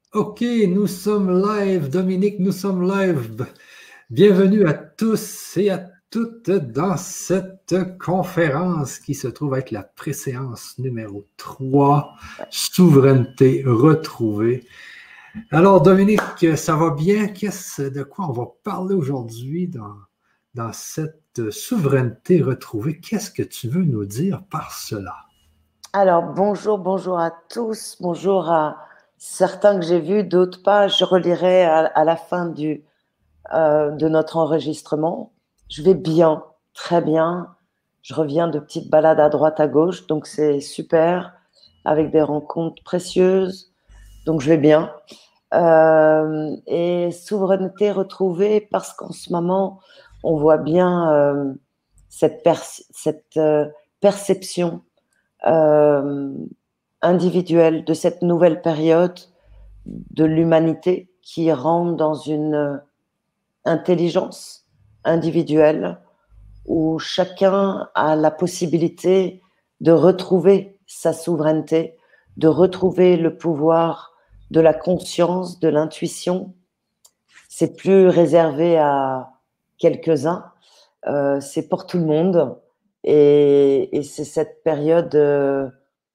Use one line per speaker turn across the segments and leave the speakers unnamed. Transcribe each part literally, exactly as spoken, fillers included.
OK, nous sommes live, Dominique, nous sommes live. Bienvenue à tous et à toutes dans cette conférence qui se trouve être la préséance numéro trois, Souveraineté retrouvée. Alors, Dominique, ça va bien? Qu'est-ce de quoi on va parler aujourd'hui dans, dans cette souveraineté retrouvée? Qu'est-ce que tu veux nous dire par cela?
Alors, bonjour, bonjour à tous, bonjour à certains que j'ai vus, d'autres pas. Je relirai à, à la fin du, euh, de notre enregistrement. Je vais bien, très bien. Je reviens de petites balades à droite, à gauche, donc c'est super, avec des rencontres précieuses. Donc, je vais bien. Euh, et souveraineté retrouvée, parce qu'en ce moment, on voit bien euh, cette, per cette euh, perception euh, individuelle de cette nouvelle période de l'humanité qui rentre dans une intelligence individuelle où chacun a la possibilité de retrouver sa souveraineté, de retrouver le pouvoir de la conscience, de l'intuition. C'est plus réservé à quelques-uns, euh, c'est pour tout le monde. Et, et c'est cette période euh,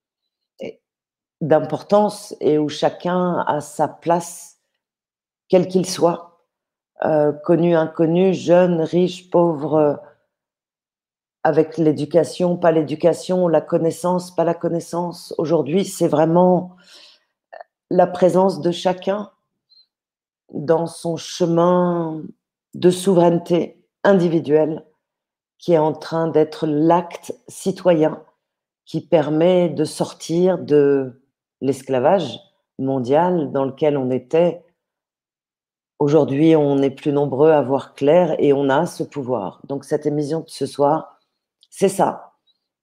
d'importance et où chacun a sa place, quel qu'il soit, euh, connu, inconnu, jeune, riche, pauvre, euh, avec l'éducation, pas l'éducation, la connaissance, pas la connaissance. Aujourd'hui, c'est vraiment la présence de chacun dans son chemin de souveraineté individuelle qui est en train d'être l'acte citoyen qui permet de sortir de l'esclavage mondial dans lequel on était. Aujourd'hui, on est plus nombreux à voir clair et on a ce pouvoir. Donc, cette émission de ce soir, c'est ça.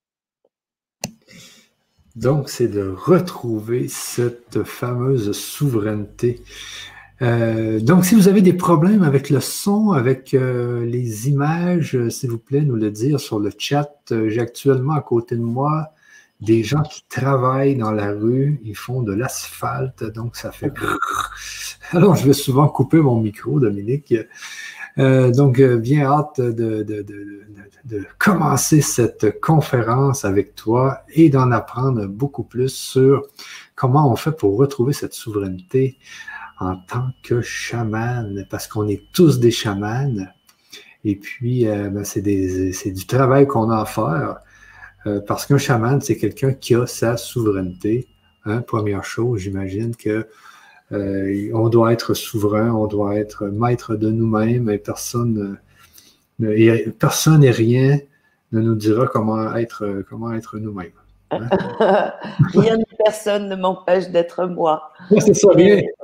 Donc, c'est de retrouver cette fameuse souveraineté. Euh, donc, si vous avez des problèmes avec le son, avec euh, les images, euh, s'il vous plaît, nous le dire sur le chat. Euh, J'ai actuellement à côté de moi des gens qui travaillent dans la rue, ils font de l'asphalte, donc ça fait... Alors, je vais souvent couper mon micro, Dominique. Euh, donc, euh, bien hâte de, de, de, de, de commencer cette conférence avec toi et d'en apprendre beaucoup plus sur comment on fait pour retrouver cette souveraineté en tant que chaman, parce qu'on est tous des chamans. Et puis, euh, ben, c'est des, c'est du travail qu'on a à faire, euh, parce qu'un chaman, c'est quelqu'un qui a sa souveraineté. Hein. Première chose, j'imagine que euh, on doit être souverain, on doit être maître de nous-mêmes et personne, euh, et personne et rien ne nous dira comment être, comment être nous-mêmes. Hein?
Rien ni personne ne m'empêche d'être moi.
Ouais, c'est ça, rien,
Et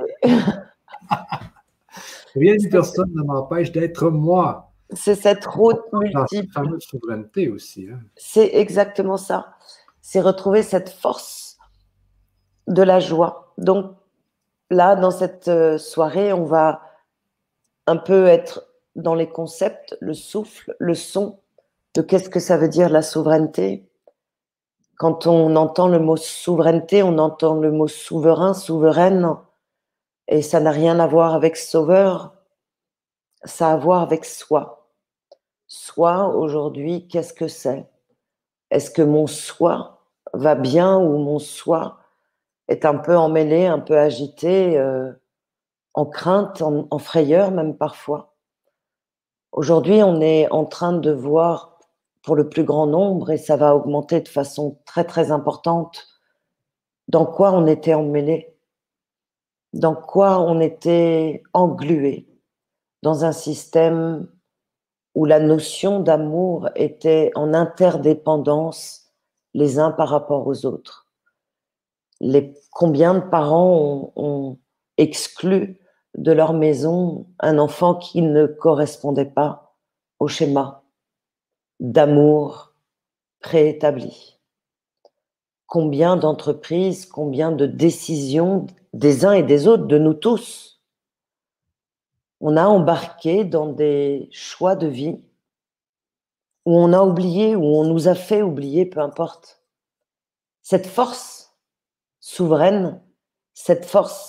rien ni
c'est
personne ne m'empêche d'être moi.
c'est cette route
Dans cette
multiple.
fameuse souveraineté aussi. Hein?
C'est exactement ça. C'est retrouver cette force de la joie. Donc, là, dans cette euh, soirée, on va un peu être dans les concepts, le souffle, le son, de qu'est-ce que ça veut dire la souveraineté. Quand on entend le mot souveraineté, on entend le mot souverain, souveraine, et ça n'a rien à voir avec sauveur, ça a à voir avec soi. Soi, aujourd'hui, qu'est-ce que c'est? Est-ce que mon soi va bien ou mon soi est un peu emmêlé, un peu agité, euh, en crainte, en, en frayeur même parfois? Aujourd'hui, on est en train de voir pour le plus grand nombre, et ça va augmenter de façon très très importante, dans quoi on était emmêlé, dans quoi on était englué, dans un système où la notion d'amour était en interdépendance les uns par rapport aux autres. Les, combien de parents ont, ont exclu de leur maison un enfant qui ne correspondait pas au schéma d'amour préétabli? Combien d'entreprises, combien de décisions des uns et des autres, de nous tous, on a embarqué dans des choix de vie où on a oublié, où on nous a fait oublier, peu importe. Cette force souveraine, cette force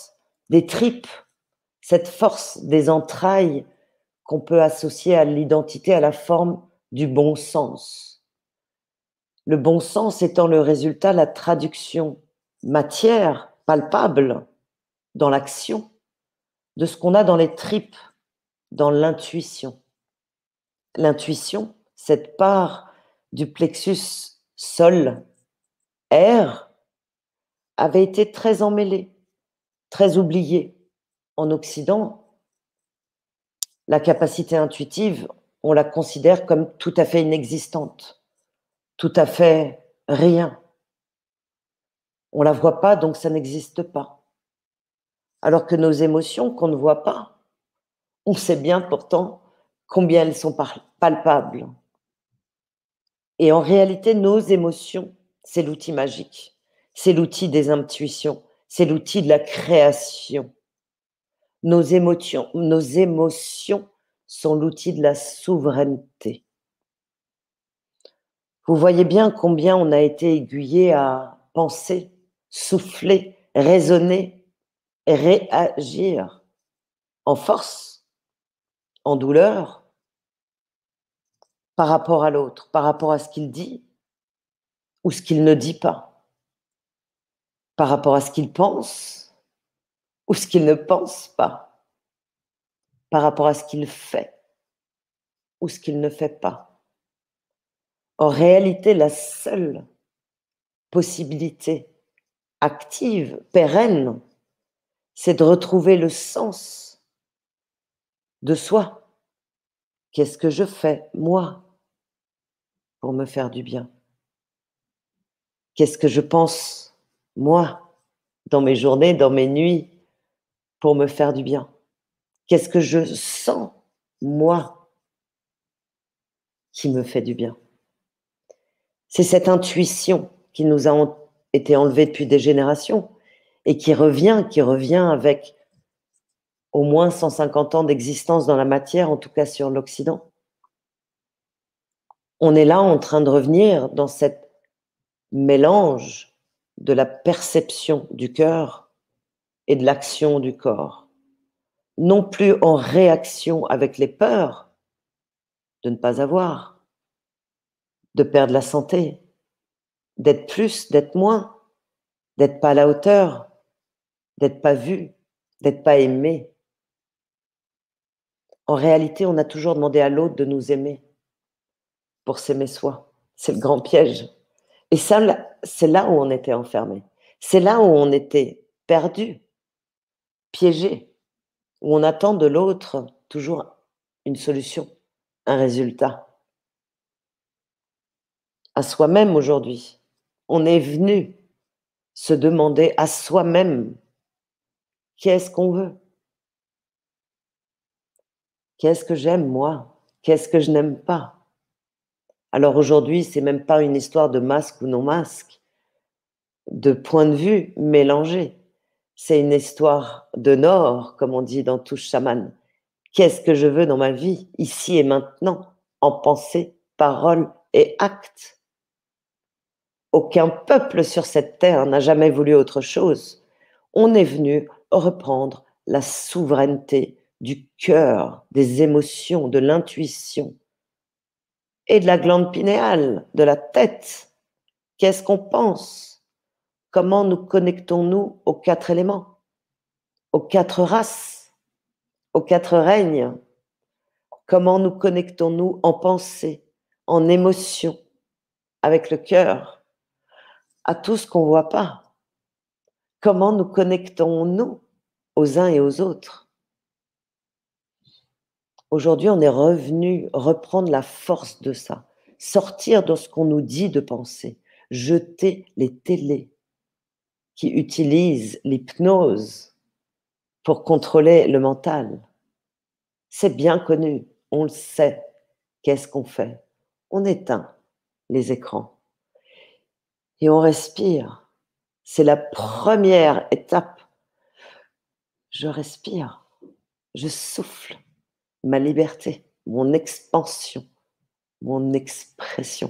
des tripes, cette force des entrailles qu'on peut associer à l'identité, à la forme du bon sens. Le bon sens étant le résultat, la traduction matière, palpable, dans l'action, de ce qu'on a dans les tripes, dans l'intuition. L'intuition, cette part du plexus sol, air, avait été très emmêlée, très oubliée. En Occident, la capacité intuitive, on la considère comme tout à fait inexistante, tout à fait rien. On ne la voit pas, donc ça n'existe pas. Alors que nos émotions, qu'on ne voit pas, on sait bien pourtant combien elles sont palpables. Et en réalité, nos émotions, c'est l'outil magique, c'est l'outil des intuitions, c'est l'outil de la création. Nos émotions, nos émotions sont l'outil de la souveraineté. Vous voyez bien combien on a été aiguillé à penser, souffler, raisonner, réagir en force, en douleur, par rapport à l'autre, par rapport à ce qu'il dit ou ce qu'il ne dit pas, par rapport à ce qu'il pense ou ce qu'il ne pense pas, par rapport à ce qu'il fait ou ce qu'il ne fait pas. En réalité, la seule possibilité active, pérenne, c'est de retrouver le sens de soi. Qu'est-ce que je fais, moi, pour me faire du bien? Qu'est-ce que je pense, moi, dans mes journées, dans mes nuits, pour me faire du bien? Qu'est-ce que je sens, moi, qui me fait du bien? C'est cette intuition qui nous a été enlevée depuis des générations et qui revient, qui revient avec au moins cent cinquante ans d'existence dans la matière, en tout cas sur l'Occident. On est là en train de revenir dans cet mélange de la perception du cœur et de l'action du corps. Non plus en réaction avec les peurs de ne pas avoir, de perdre la santé, d'être plus, d'être moins, d'être pas à la hauteur, d'être pas vu, d'être pas aimé. En réalité, on a toujours demandé à l'autre de nous aimer pour s'aimer soi. C'est le grand piège. Et ça, c'est là où on était enfermé. C'est là où on était perdu, piégé, où on attend de l'autre toujours une solution, un résultat. À soi-même aujourd'hui, on est venu se demander à soi-même qu'est-ce qu'on veut, qu'est-ce que j'aime moi, qu'est-ce que je n'aime pas. Alors aujourd'hui, c'est même pas une histoire de masque ou non masque, de point de vue mélangé. C'est une histoire de nord, comme on dit dans Touche Chaman. Qu'est-ce que je veux dans ma vie, ici et maintenant, en pensée, parole et acte? Aucun peuple sur cette terre n'a jamais voulu autre chose. On est venu reprendre la souveraineté du cœur, des émotions, de l'intuition et de la glande pinéale, de la tête. Qu'est-ce qu'on pense? Comment nous connectons-nous aux quatre éléments, aux quatre races, aux quatre règnes? Comment nous connectons-nous en pensée, en émotion, avec le cœur, à tout ce qu'on ne voit pas? Comment nous connectons-nous aux uns et aux autres? Aujourd'hui, on est revenu reprendre la force de ça, sortir de ce qu'on nous dit de penser, jeter les télés qui utilisent l'hypnose pour contrôler le mental. C'est bien connu, on le sait. Qu'est-ce qu'on fait? On éteint les écrans et on respire. C'est la première étape. Je respire, je souffle ma liberté, mon expansion, mon expression,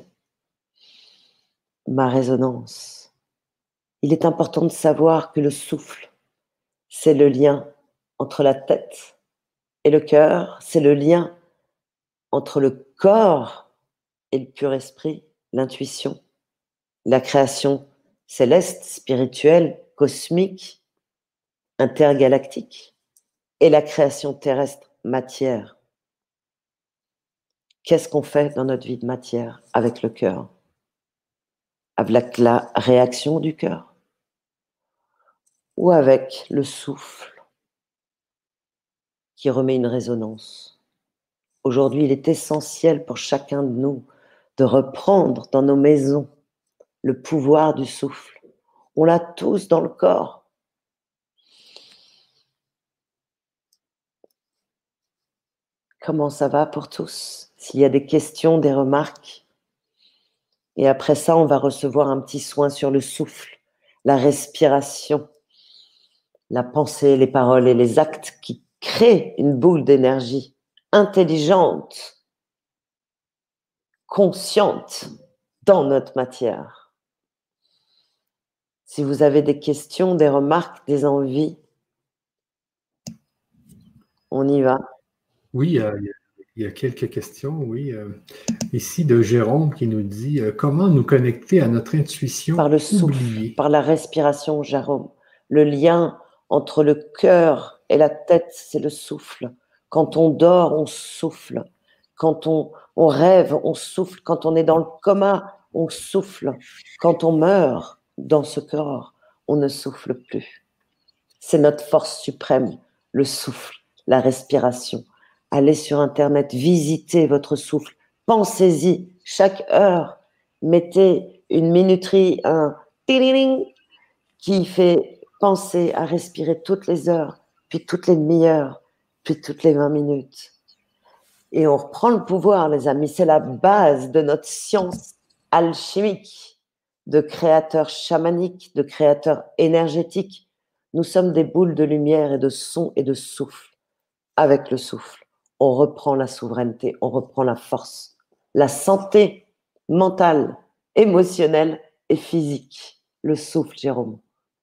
ma résonance. Il est important de savoir que le souffle c'est le lien entre la tête et le cœur, c'est le lien entre le corps et le pur esprit, l'intuition, la création céleste, spirituelle, cosmique, intergalactique, et la création terrestre, matière. Qu'est-ce qu'on fait dans notre vie de matière avec le cœur? Avec la réaction du cœur ou avec le souffle qui remet une résonance? Aujourd'hui, il est essentiel pour chacun de nous de reprendre dans nos maisons le pouvoir du souffle. On l'a tous dans le corps. Comment ça va pour tous? S'il y a des questions, des remarques. Et après ça, on va recevoir un petit soin sur le souffle, la respiration, la pensée, les paroles et les actes qui créent une boule d'énergie intelligente, consciente dans notre matière. Si vous avez des questions, des remarques, des envies, on y va.
Oui, euh, il y a- il y a quelques questions, oui. euh, ici, de Jérôme qui nous dit euh, comment nous connecter à notre intuition
Par le souffle,
oubliée.
par la respiration, Jérôme. Le lien entre le cœur et la tête, c'est le souffle. Quand on dort, on souffle. Quand on, on rêve, on souffle. Quand on est dans le coma, on souffle. Quand on meurt dans ce corps, on ne souffle plus. C'est notre force suprême, le souffle, la respiration. Allez sur Internet, visitez votre souffle. Pensez-y chaque heure. Mettez une minuterie, un tiriling qui fait penser à respirer toutes les heures, puis toutes les demi-heures, puis toutes les vingt minutes. Et on reprend le pouvoir, les amis. C'est la base de notre science alchimique, de créateur chamanique, de créateur énergétique. Nous sommes des boules de lumière et de son et de souffle. Avec le souffle, on reprend la souveraineté, on reprend la force, la santé mentale, émotionnelle et physique. Le souffle, Jérôme.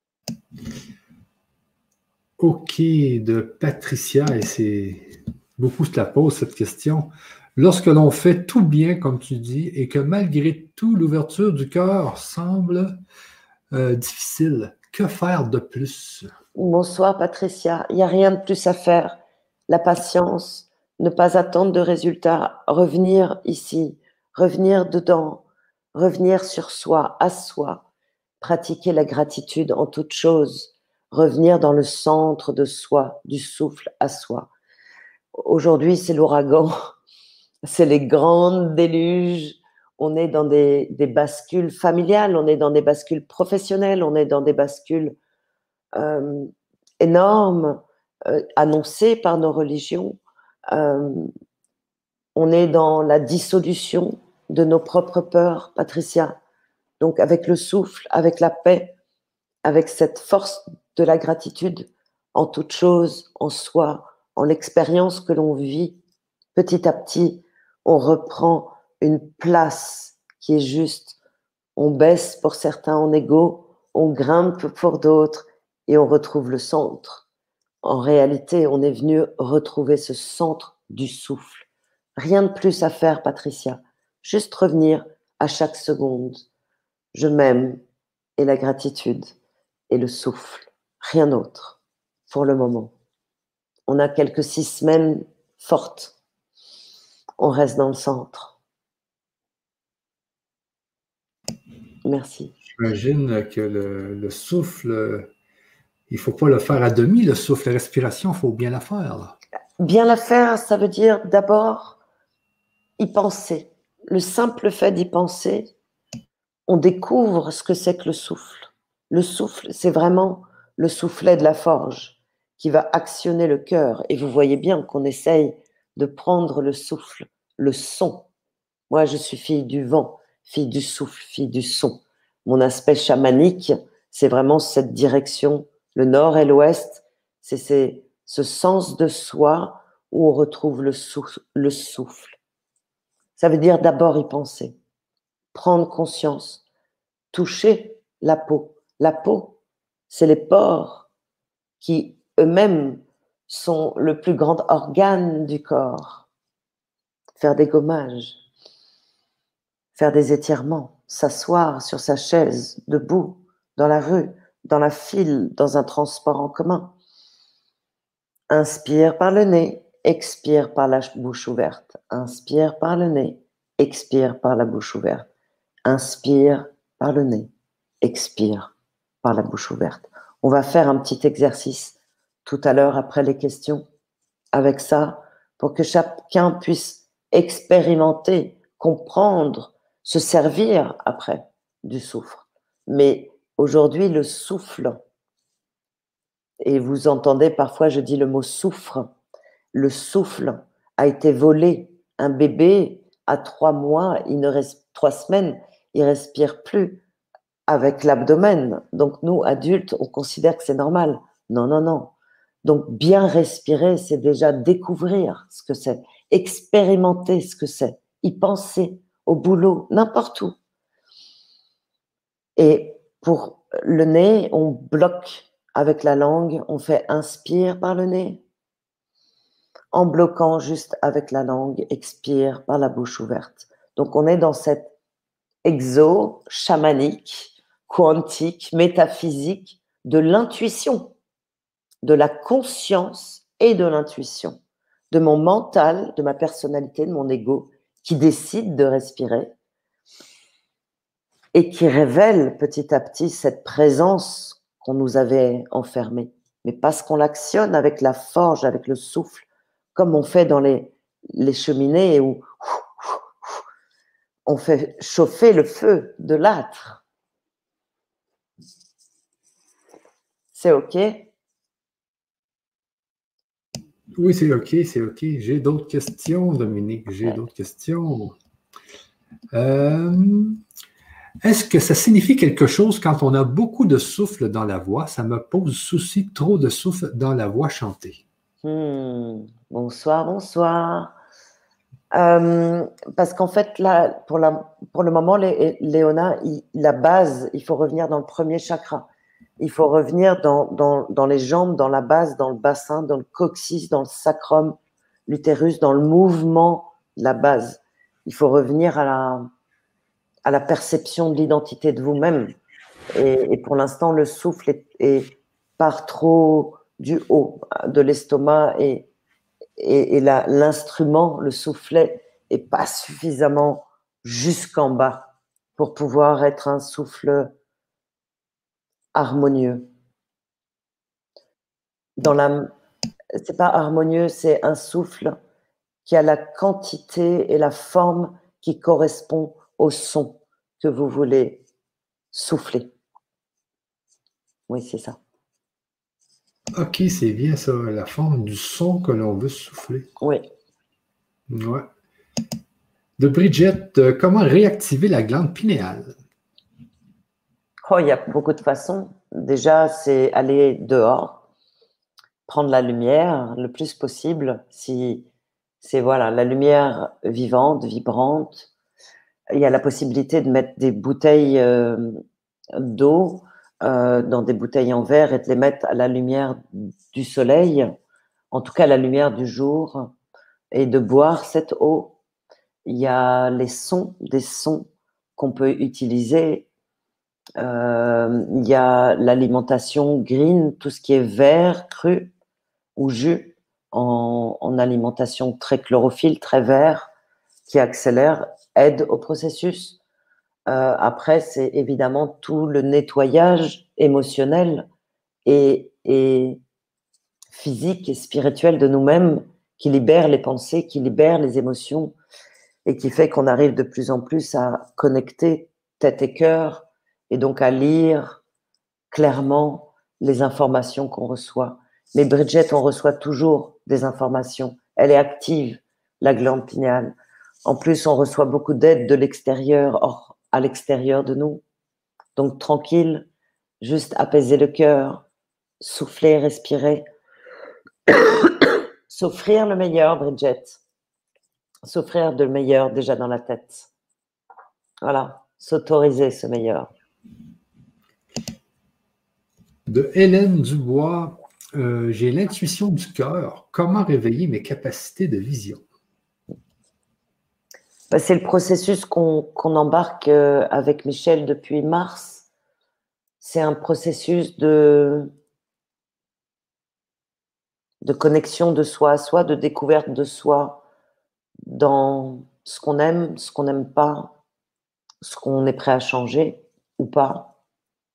OK, de Patricia, et c'est beaucoup se la pose cette question. Lorsque l'on fait tout bien, comme tu dis, et que malgré tout, l'ouverture du cœur semble euh, difficile, que faire de plus?
Bonsoir, Patricia. Il n'y a rien de plus à faire. La patience, ne pas attendre de résultats, revenir ici, revenir dedans, revenir sur soi, à soi, pratiquer la gratitude en toute chose, revenir dans le centre de soi, du souffle à soi. Aujourd'hui, c'est l'ouragan, c'est les grandes déluges. On est dans des, des bascules familiales, on est dans des bascules professionnelles, on est dans des bascules euh, énormes, euh, annoncées par nos religions. Euh, on est dans la dissolution de nos propres peurs, Patricia. Donc, avec le souffle, avec la paix, avec cette force de la gratitude en toute chose, en soi, en l'expérience que l'on vit, petit à petit, on reprend une place qui est juste. On baisse pour certains en égo, on grimpe pour d'autres et on retrouve le centre. En réalité, on est venu retrouver ce centre du souffle. Rien de plus à faire, Patricia. Juste revenir à chaque seconde. Je m'aime et la gratitude et le souffle. Rien d'autre pour le moment. On a quelques six semaines fortes. On reste dans le centre. Merci.
J'imagine que le, le souffle, il ne faut pas le faire à demi, le souffle, la respiration, il faut bien la faire, là.
Bien la faire, ça veut dire d'abord y penser. Le simple fait d'y penser, on découvre ce que c'est que le souffle. Le souffle, c'est vraiment le soufflet de la forge qui va actionner le cœur. Et vous voyez bien qu'on essaye de prendre le souffle, le son. Moi, je suis fille du vent, fille du souffle, fille du son. Mon aspect chamanique, c'est vraiment cette direction, le nord et l'ouest, c'est c'est ce sens de soi où on retrouve le souffle, le souffle. Ça veut dire d'abord y penser, prendre conscience, toucher la peau. La peau, c'est les pores qui eux-mêmes sont le plus grand organe du corps. Faire des gommages, faire des étirements, s'asseoir sur sa chaise, debout, dans la rue, dans la file, dans un transport en commun. Inspire par le nez, expire par la bouche ouverte. Inspire par le nez, expire par la bouche ouverte. Inspire par le nez, expire par la bouche ouverte. On va faire un petit exercice tout à l'heure après les questions avec ça pour que chacun puisse expérimenter, comprendre, se servir après du souffle. Mais aujourd'hui, le souffle, et vous entendez parfois, je dis le mot souffre, le souffle a été volé. Un bébé à trois mois, il ne reste trois semaines, il respire plus avec l'abdomen. Donc nous, adultes, on considère que c'est normal. Non, non, non. Donc bien respirer, c'est déjà découvrir ce que c'est, expérimenter ce que c'est, y penser au boulot, n'importe où. Et pour le nez, on bloque avec la langue, on fait inspire par le nez. En bloquant juste avec la langue, expire par la bouche ouverte. Donc on est dans cette exo chamanique, quantique, métaphysique de l'intuition, de la conscience et de l'intuition, de mon mental, de ma personnalité, de mon ego qui décide de respirer et qui révèle petit à petit cette présence qu'on nous avait enfermée. Mais parce qu'on l'actionne avec la forge, avec le souffle, comme on fait dans les, les cheminées où on fait chauffer le feu de l'âtre. C'est OK?
Oui, c'est OK, c'est OK. J'ai d'autres questions, Dominique. J'ai
Ouais.
d'autres questions. Euh, est-ce que ça signifie quelque chose quand on a beaucoup de souffle dans la voix? Ça me pose souci, trop de souffle dans la voix chantée.
Hmm. Bonsoir, bonsoir. Euh, parce qu'en fait, là, pour, la, pour le moment, Lé, Léona, il, la base, il faut revenir dans le premier chakra. Il faut revenir dans, dans, dans les jambes, dans la base, dans le bassin, dans le coccyx, dans le sacrum, l'utérus, dans le mouvement, la base. Il faut revenir à la, à la perception de l'identité de vous-même. Et, et pour l'instant, le souffle est, est part trop du haut de l'estomac et, et, et la, l'instrument, le soufflet, est pas suffisamment jusqu'en bas pour pouvoir être un souffle harmonieux. Dans la, c'est pas harmonieux, c'est un souffle qui a la quantité et la forme qui correspond au son que vous voulez souffler. Oui, c'est ça.
OK, c'est bien ça, la forme du son que l'on veut souffler.
Oui.
Ouais. De Bridget, euh, comment réactiver la glande pinéale?
Oh, il y a beaucoup de façons. Déjà, c'est aller dehors, prendre la lumière le plus possible. Si c'est voilà, la lumière vivante, vibrante, il y a la possibilité de mettre des bouteilles euh, d'eau euh, dans des bouteilles en verre et de les mettre à la lumière du soleil, en tout cas à la lumière du jour, et de boire cette eau. Il y a les sons, des sons qu'on peut utiliser. Euh, il y a l'alimentation green, tout ce qui est vert, cru ou jus, en, en alimentation très chlorophylle, très vert, qui accélère, aide au processus. Euh, après, c'est évidemment tout le nettoyage émotionnel et, et physique et spirituel de nous-mêmes qui libère les pensées, qui libère les émotions et qui fait qu'on arrive de plus en plus à connecter tête et cœur et donc à lire clairement les informations qu'on reçoit. Mais Bridget, on reçoit toujours des informations. Elle est active, la glande pinéale. En plus, on reçoit beaucoup d'aide de l'extérieur, or à l'extérieur de nous. Donc tranquille, juste apaiser le cœur, souffler, respirer, s'offrir le meilleur, Bridget. S'offrir de le meilleur déjà dans la tête. Voilà, s'autoriser ce meilleur.
De Hélène Dubois, Euh, j'ai l'intuition du cœur. Comment réveiller mes capacités de vision?
Ben, c'est le processus qu'on qu'on embarque euh, avec Michel depuis mars. C'est un processus de, de connexion de soi à soi, de découverte de soi dans ce qu'on aime, ce qu'on n'aime pas, ce qu'on est prêt à changer ou pas.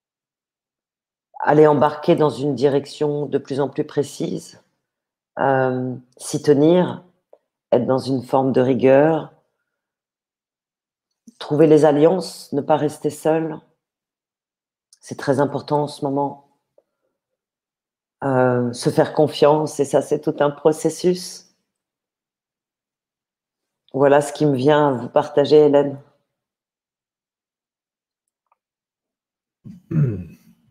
Aller embarquer dans une direction de plus en plus précise, euh, s'y tenir, être dans une forme de rigueur, trouver les alliances, ne pas rester seul. C'est très important en ce moment. Euh, se faire confiance, et ça, c'est tout un processus. Voilà ce qui me vient à vous partager, Hélène.
Hmm.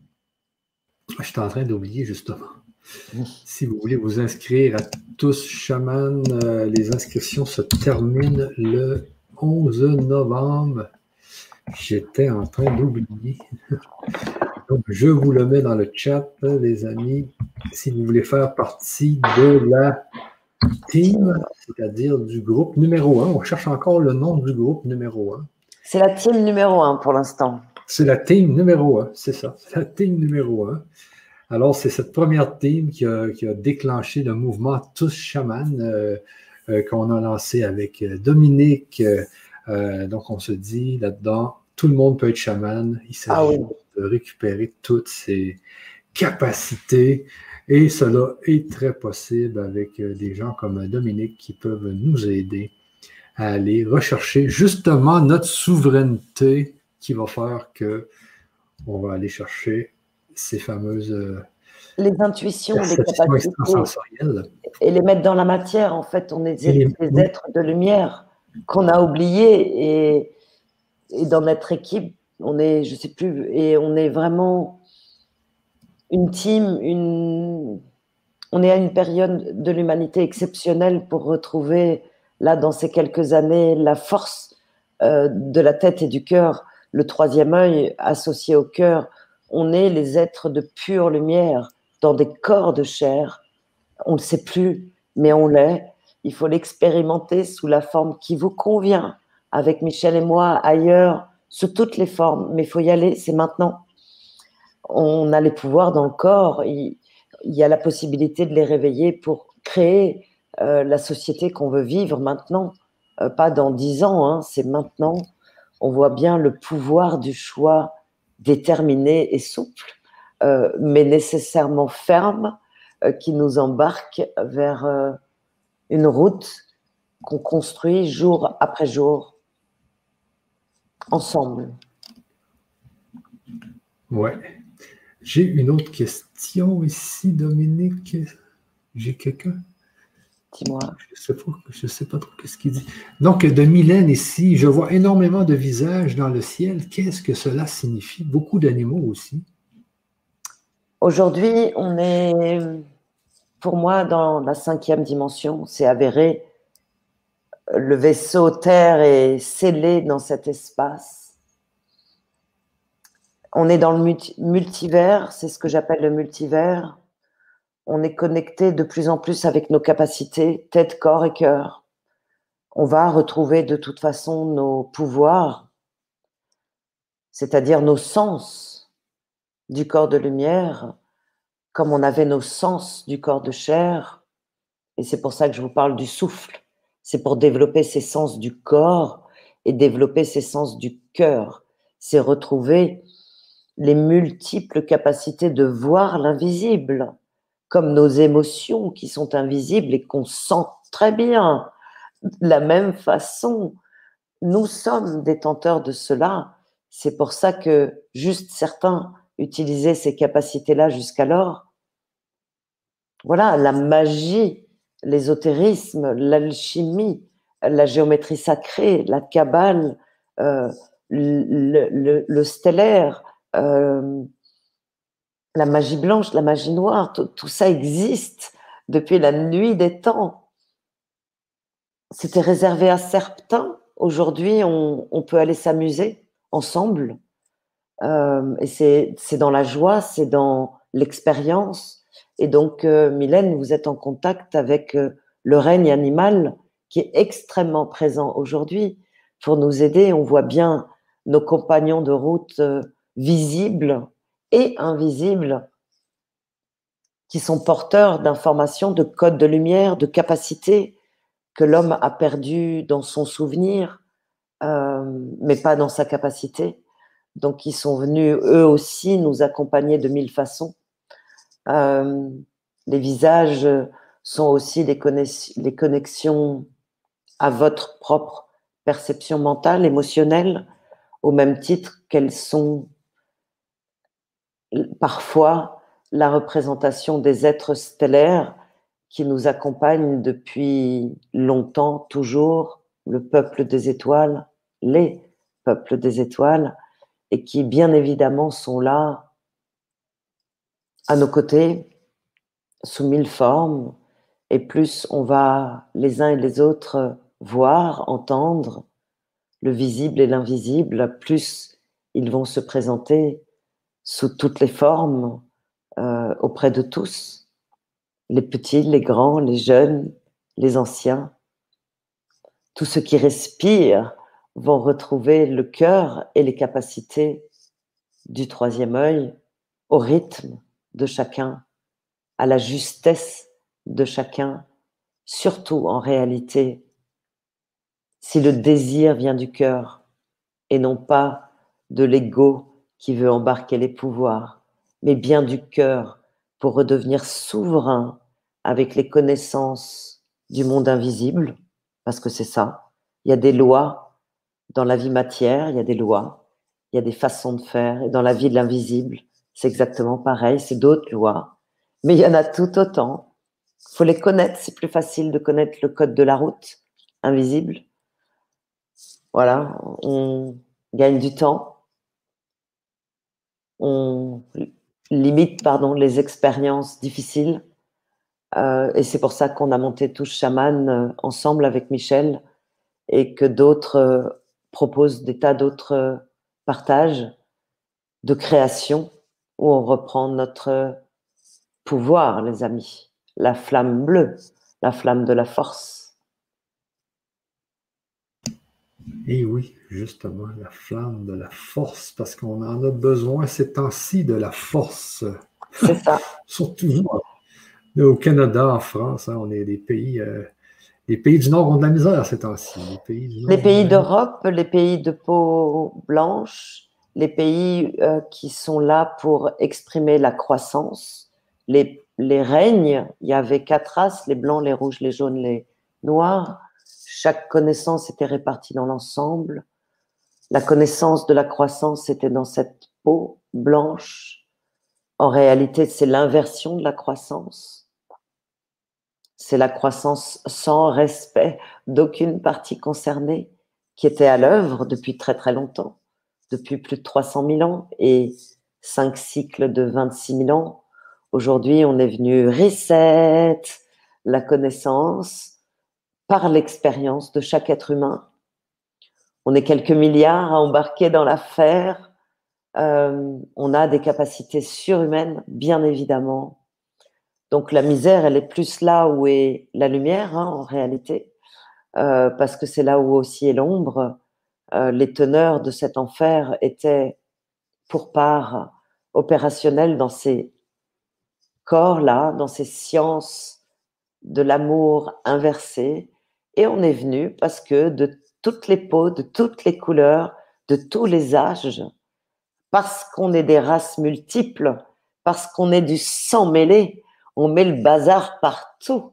Je suis en train d'oublier, justement. Si vous voulez vous inscrire à tous Chaman, euh, les inscriptions se terminent le onze novembre. J'étais en train d'oublier. Donc, je vous le mets dans le chat, les amis. Si vous voulez faire partie de la team, c'est-à-dire du groupe numéro un, on cherche encore le nom du groupe numéro un.
C'est la team numéro un pour l'instant.
C'est la team numéro un, c'est ça. C'est la team numéro un. Alors, c'est cette première team qui a, qui a déclenché le mouvement Tous Chaman euh, euh, qu'on a lancé avec Dominique. Euh, donc, on se dit là-dedans, tout le monde peut être chaman. Il s'agit ah oui. de récupérer toutes ses capacités. Et cela est très possible avec des gens comme Dominique qui peuvent nous aider à aller rechercher justement notre souveraineté qui va faire qu'on va aller chercher ces fameuses euh,
les intuitions, les capacités et les mettre dans la matière. En fait, on est des, des êtres de lumière qu'on a oubliés et, et dans notre équipe, on est, je sais plus, et on est vraiment une team, une, on est à une période de l'humanité exceptionnelle pour retrouver là dans ces quelques années la force euh, de la tête et du cœur, le troisième œil associé au cœur. On est les êtres de pure lumière dans des corps de chair. On ne le sait plus, mais on l'est. Il faut l'expérimenter sous la forme qui vous convient, avec Michel et moi, ailleurs, sous toutes les formes. Mais il faut y aller, c'est maintenant. On a les pouvoirs dans le corps. Il, il y a la possibilité de les réveiller pour créer euh, la société qu'on veut vivre maintenant. Euh, pas dans dix ans, hein, c'est maintenant. On voit bien le pouvoir du choix déterminé et souple, euh, mais nécessairement ferme, euh, qui nous embarque vers euh, une route qu'on construit jour après jour, ensemble.
Ouais. J'ai une autre question ici, Dominique. J'ai quelqu'un?
Dis-moi.
Je ne sais pas, je sais pas trop ce qu'il dit. Donc, de Mylène ici, je vois énormément de visages dans le ciel. Qu'est-ce que cela signifie? Beaucoup d'animaux aussi.
Aujourd'hui, on est, pour moi, dans la cinquième dimension. C'est avéré. Le vaisseau Terre est scellé dans cet espace. On est dans le multivers, c'est ce que j'appelle le multivers. On est connecté de plus en plus avec nos capacités, tête, corps et cœur. On va retrouver de toute façon nos pouvoirs, c'est-à-dire nos sens du corps de lumière, comme on avait nos sens du corps de chair. Et c'est pour ça que je vous parle du souffle. C'est pour développer ces sens du corps et développer ces sens du cœur. C'est retrouver les multiples capacités de voir l'invisible, comme nos émotions qui sont invisibles et qu'on sent très bien. De la même façon, nous sommes détenteurs de cela. C'est pour ça que juste certains utilisaient ces capacités-là jusqu'alors. Voilà, la magie, l'ésotérisme, l'alchimie, la géométrie sacrée, la kabbale, euh, le, le, le stellaire, euh, la magie blanche, la magie noire, tout, tout ça existe depuis la nuit des temps. C'était réservé à certains. Aujourd'hui, on, on peut aller s'amuser ensemble. Euh, et c'est, c'est dans la joie, c'est dans l'expérience, Et donc, euh, Mylène, vous êtes en contact avec euh, le règne animal qui est extrêmement présent aujourd'hui pour nous aider. On voit bien nos compagnons de route euh, visibles et invisibles qui sont porteurs d'informations, de codes de lumière, de capacités que l'homme a perdues dans son souvenir, euh, mais pas dans sa capacité. Donc, ils sont venus, eux aussi, nous accompagner de mille façons. Euh, les visages sont aussi les, connex- les connexions à votre propre perception mentale, émotionnelle, au même titre qu'elles sont parfois la représentation des êtres stellaires qui nous accompagnent depuis longtemps, toujours, le peuple des étoiles, les peuples des étoiles, et qui bien évidemment sont là à nos côtés, sous mille formes, et plus on va les uns et les autres voir, entendre le visible et l'invisible, plus ils vont se présenter sous toutes les formes euh, auprès de tous, les petits, les grands, les jeunes, les anciens. Tous ceux qui respirent vont retrouver le cœur et les capacités du troisième œil au rythme de chacun, à la justesse de chacun, surtout en réalité, si le désir vient du cœur et non pas de l'ego qui veut embarquer les pouvoirs, mais bien du cœur pour redevenir souverain avec les connaissances du monde invisible, parce que c'est ça. Il y a des lois dans la vie matière, il y a des lois, il y a des façons de faire, et dans la vie de l'invisible, c'est exactement pareil, c'est d'autres lois, mais il y en a tout autant. Il faut les connaître, c'est plus facile de connaître le code de la route invisible. Voilà, on gagne du temps, on limite pardon, les expériences difficiles. Euh, et c'est pour ça qu'on a monté Touche Chaman euh, ensemble avec Michel et que d'autres euh, proposent des tas d'autres euh, partages de création où on reprend notre pouvoir, les amis, la flamme bleue, la flamme de la force.
Et oui, justement, la flamme de la force, parce qu'on en a besoin ces temps-ci de la force.
C'est ça.
Surtout au Canada, en France, hein, on est des pays, euh, les pays du Nord ont de la misère ces temps-ci. Les pays du Nord
Les pays
ont de la...
d'Europe, les pays de peau blanche, les pays euh, qui sont là pour exprimer la croissance, les, les règnes, il y avait quatre races, les blancs, les rouges, les jaunes, les noirs. Chaque connaissance était répartie dans l'ensemble. La connaissance de la croissance était dans cette peau blanche. En réalité, c'est l'inversion de la croissance. C'est la croissance sans respect d'aucune partie concernée qui était à l'œuvre depuis très très longtemps, depuis plus de trois cent mille ans et cinq cycles de vingt-six mille ans. Aujourd'hui, on est venu reset la connaissance par l'expérience de chaque être humain. On est quelques milliards à embarquer dans l'affaire. Euh, on a des capacités surhumaines, bien évidemment. Donc la misère, elle est plus là où est la lumière, hein, en réalité, euh, parce que c'est là où aussi est l'ombre. Euh, les teneurs de cet enfer étaient pour part opérationnelles dans ces corps-là, dans ces sciences de l'amour inversé. Et on est venu parce que de toutes les peaux, de toutes les couleurs, de tous les âges, parce qu'on est des races multiples, parce qu'on est du sang mêlé, on met le bazar partout.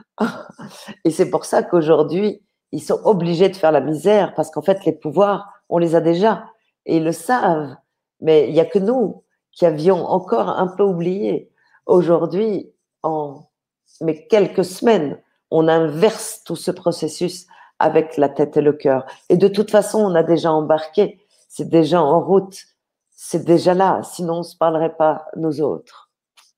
Et c'est pour ça qu'aujourd'hui, ils sont obligés de faire la misère, parce qu'en fait, les pouvoirs, on les a déjà, et ils le savent. Mais il n'y a que nous qui avions encore un peu oublié. Aujourd'hui, en mais quelques semaines, on inverse tout ce processus avec la tête et le cœur. Et de toute façon, on a déjà embarqué, c'est déjà en route, c'est déjà là, sinon on ne se parlerait pas, nous autres.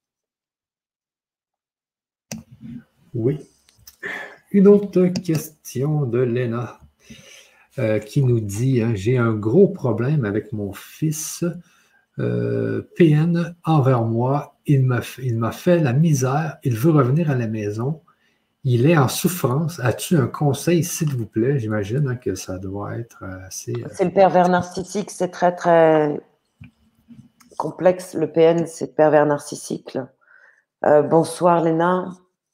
Oui. Une autre question de Léna euh, qui nous dit hein, j'ai un gros problème avec mon fils. euh, P N envers moi, il m'a fait, il m'a fait la misère, il veut revenir à la maison, il est en souffrance. As-tu un conseil, s'il vous plaît? J'imagine hein, que ça doit être assez... euh,
C'est le pervers narcissique, c'est très très complexe. Le P N, c'est le pervers narcissique. Euh, bonsoir Léna.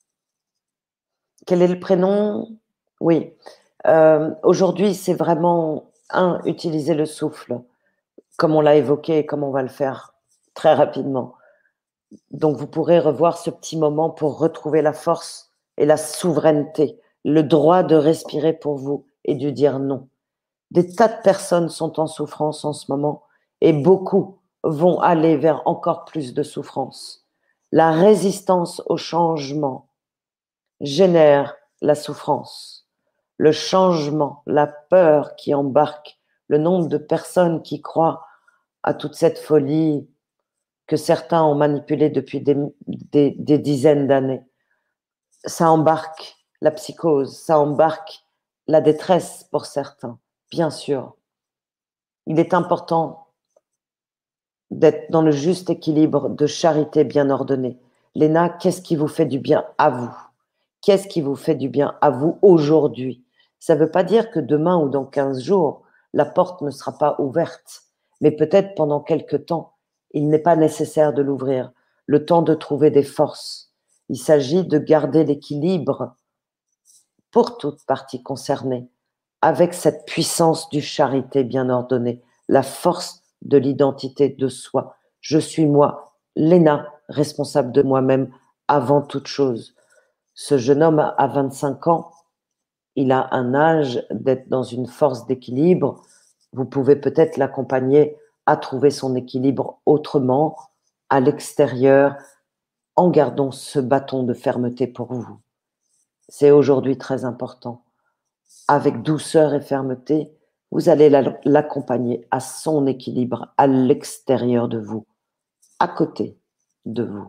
Quel est le prénom? Oui. Euh, aujourd'hui, c'est vraiment, un, utiliser le souffle, comme on l'a évoqué et comme on va le faire très rapidement. Donc, vous pourrez revoir ce petit moment pour retrouver la force et la souveraineté, le droit de respirer pour vous et de dire non. Des tas de personnes sont en souffrance en ce moment et beaucoup vont aller vers encore plus de souffrance. La résistance au changement génère la souffrance. Le changement, la peur qui embarque, le nombre de personnes qui croient à toute cette folie que certains ont manipulée depuis des, des, des dizaines d'années, ça embarque la psychose, ça embarque la détresse pour certains, bien sûr. Il est important d'être dans le juste équilibre de charité bien ordonnée. Léna, qu'est-ce qui vous fait du bien à vous? Qu'est-ce qui vous fait du bien à vous aujourd'hui? Ça ne veut pas dire que demain ou dans quinze jours, la porte ne sera pas ouverte, mais peut-être pendant quelque temps, il n'est pas nécessaire de l'ouvrir, le temps de trouver des forces. Il s'agit de garder l'équilibre pour toute partie concernée, avec cette puissance du charité bien ordonnée, la force de l'identité de soi. Je suis moi, Léna, responsable de moi-même avant toute chose. Ce jeune homme a vingt-cinq ans, il a un âge d'être dans une force d'équilibre. Vous pouvez peut-être l'accompagner à trouver son équilibre autrement, à l'extérieur, en gardant ce bâton de fermeté pour vous. C'est aujourd'hui très important. Avec douceur et fermeté, vous allez l'accompagner à son équilibre, à l'extérieur de vous, à côté de vous.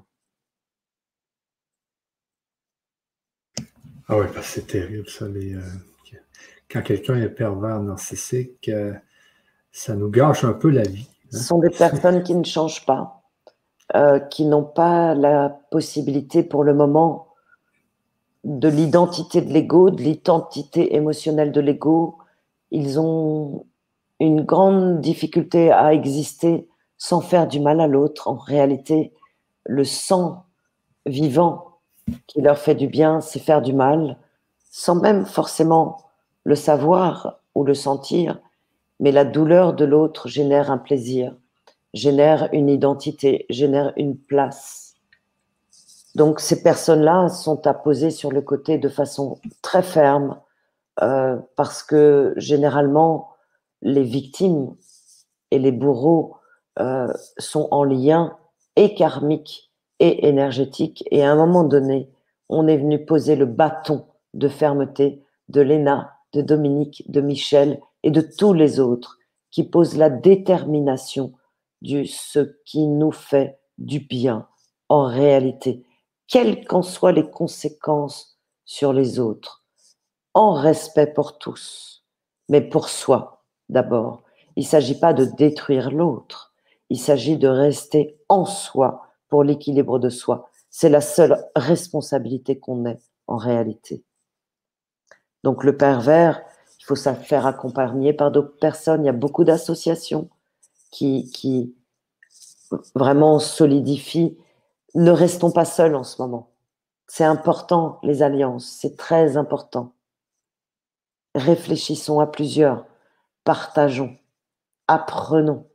Ah oui, parce que c'est terrible, ça. Les, euh, quand quelqu'un est pervers narcissique, euh, ça nous gâche un peu la vie. Hein?
Ce sont des personnes qui ne changent pas, euh, qui n'ont pas la possibilité pour le moment de l'identité de l'ego, de l'identité émotionnelle de l'ego. Ils ont une grande difficulté à exister sans faire du mal à l'autre. En réalité, le sang vivant qui leur fait du bien, c'est faire du mal, sans même forcément le savoir ou le sentir, mais la douleur de l'autre génère un plaisir, génère une identité, génère une place. Donc ces personnes-là sont à poser sur le côté de façon très ferme, euh, parce que généralement, les victimes et les bourreaux euh, sont en lien et karmique et énergétique. Et à un moment donné, on est venu poser le bâton de fermeté de Léna, de Dominique, de Michel et de tous les autres qui posent la détermination de ce qui nous fait du bien en réalité, quelles qu'en soient les conséquences sur les autres, en respect pour tous, mais pour soi d'abord. Il ne s'agit pas de détruire l'autre, il s'agit de rester en soi pour l'équilibre de soi. C'est la seule responsabilité qu'on ait en réalité. Donc le pervers, il faut se faire accompagner par d'autres personnes. Il y a beaucoup d'associations qui, qui vraiment solidifient. Ne restons pas seuls en ce moment. C'est important, les alliances, c'est très important. Réfléchissons à plusieurs, partageons, apprenons.